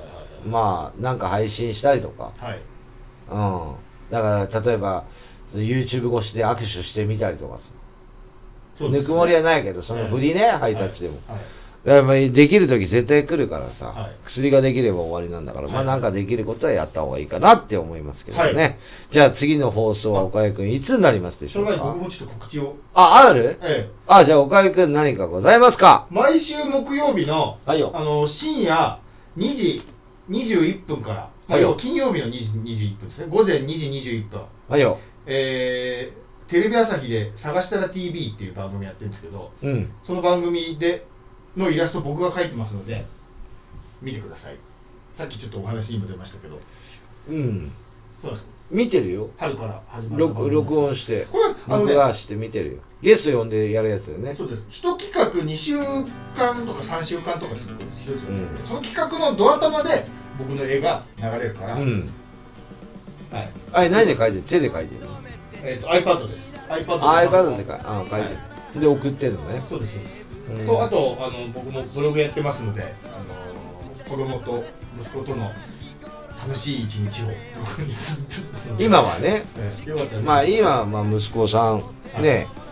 まあなんか配信したりとか、はい、うん、だから例えばその YouTube 越しで握手してみたりとかさ、ね、ぬくもりはないけどその振りね、はい、ハイタッチでも、はいはい、だからできる時絶対来るからさ、はい、薬ができれば終わりなんだから、はい、まあなんかできることはやった方がいいかなって思いますけどね、はい、じゃあ次の放送は岡井くんいつになりますでしょうか。 その前に僕もちょっと告知を。 あ、ある、 ええ、 あ、じゃあ岡井くん何かございますか。 毎週木曜日の、 はいよ、 あの深夜にじにじゅういっぷんから、はいよ、金曜日のにじにじゅういっぷんですね、午前にじにじゅういっぷん、 はいよ、 えー、テレビ朝日で探したら ティービー っていう番組やってるんですけど、うん、その番組でのイラスト僕が描いてますので見てください。さっきちょっとお話にも出ましたけど、うん、そうですか、見てるよ。春から始まる録録音してこれあの、ね、録画して見てるよ。ゲスト呼んでやるやつだよね。そうです。一企画にしゅうかんとかさんしゅうかんとかするんですよ、うん、その企画のドア玉で僕の絵が流れるから、うん、はい、あれ何で描いてる？手で描いてるの？えっと iPad です。 iPad で iPad で描いてる、あ、描いてる、はい、で送ってるのね。 そうですそうです。うん、とあとあの僕もブログやってますので、あの子供と息子との楽しい一日を僕に今はね、 えよかったね。 まあ今はまあ息子さんね、はい、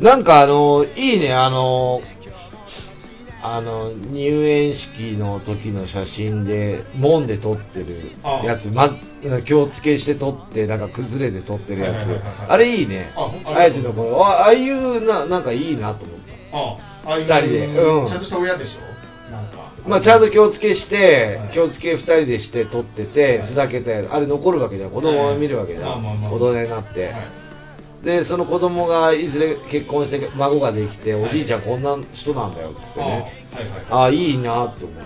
なんかあのいいね、あのあの入園式の時の写真で門で撮ってるやつ、まず気をつけして撮ってなんか崩れて撮ってるやつ、あれいいね。ああえてのこのああいうななんかいいなと思った。ああ、ふたりで、うん、ちゃんとした親でしょ、なんかまあちゃんと気をつけして、はい、気をつけふたりでして撮ってて、はい、ふざけたやつあれ残るわけじゃん、子供が見るわけじゃん、大人になって、はい、でその子供がいずれ結婚して孫ができて、はい、おじいちゃんこんな人なんだよっつってね、ああいいなって思った。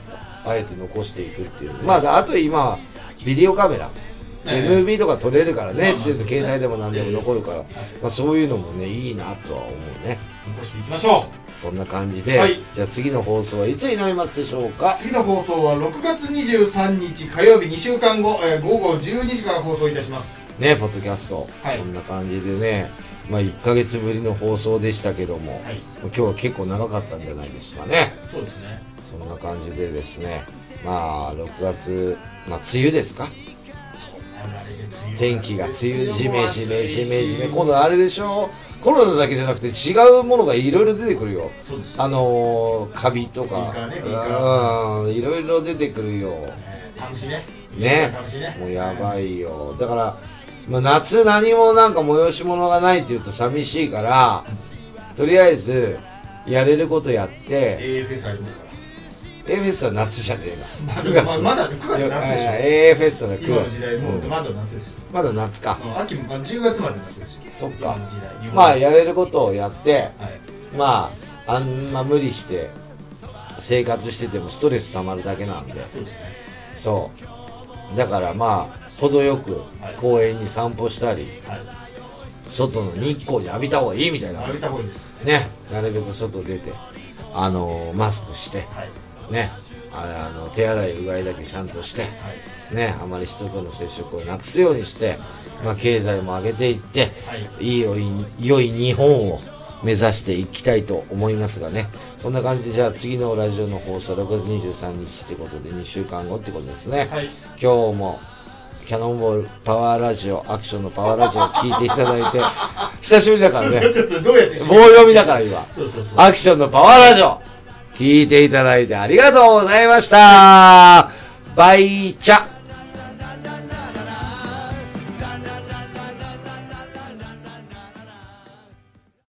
あえて残していくっていう、まああと今ビデオカメラでムービーとか撮れるからね、自然と携帯でも何でも残るから、まあそういうのもねいいなとは思うね。 残していきましょう。そんな感じで、はい、じゃあ次の放送はいつになりますでしょうか。 次の放送はろくがつにじゅうさんにち火曜日、にしゅうかんご、えー、午後じゅうにじから放送いたしますね、ポッドキャスト、はい、そんな感じでね、まあいっかげつぶりの放送でしたけども、はい、今日は結構長かったんじゃないですかね。 そうですね。 そんな感じでですね、まあろくがつ、まあ梅雨ですか、天気が梅雨じめじめじめじめ、今度あれでしょ、コロナだけじゃなくて違うものがいろいろ出てくるよ。あのー、カビとか、うん、いろいろ出てくるよ。 タムシね。 ね、もうやばいよ。だから、まあ、夏何もなんか催し物がないって言うと寂しいから、とりあえずやれることやって。 エーエフエス ありますから。 エーエフエス は夏じゃねえな。 くがつ、まだくがつ夏でしょ。 エーエフエス はくがつ。 今の時代もうまだ夏ですよ。 まだ夏か。 秋もじゅうがつまで夏ですよ。 そっか。まあやれることをやって、まああんま無理して生活しててもストレス溜まるだけなんで。そう。だからまあ程よく公園に散歩したり、外の日光に浴びた方がいいみたいな。 浴びた方がいいです。 ね、なるべく外出て。あのマスクして、はい、ね、あの手洗いうがいだけちゃんとして、はい、ね、あまり人との接触をなくすようにして、はい、まあ、経済も上げていって、はい、いいよい良い日本を目指していきたいと思いますがね、そんな感じでじゃあ次のラジオの放送ろくがつにじゅうさんにちってことでにしゅうかんごってことですね、はい、今日もキャノンボールパワーラジオ、アクションのパワーラジオ聞いていただいて久しぶりだからね棒読みだから今、そうそうそう、アクションのパワーラジオ聞いていただいてありがとうございました。バイチャ。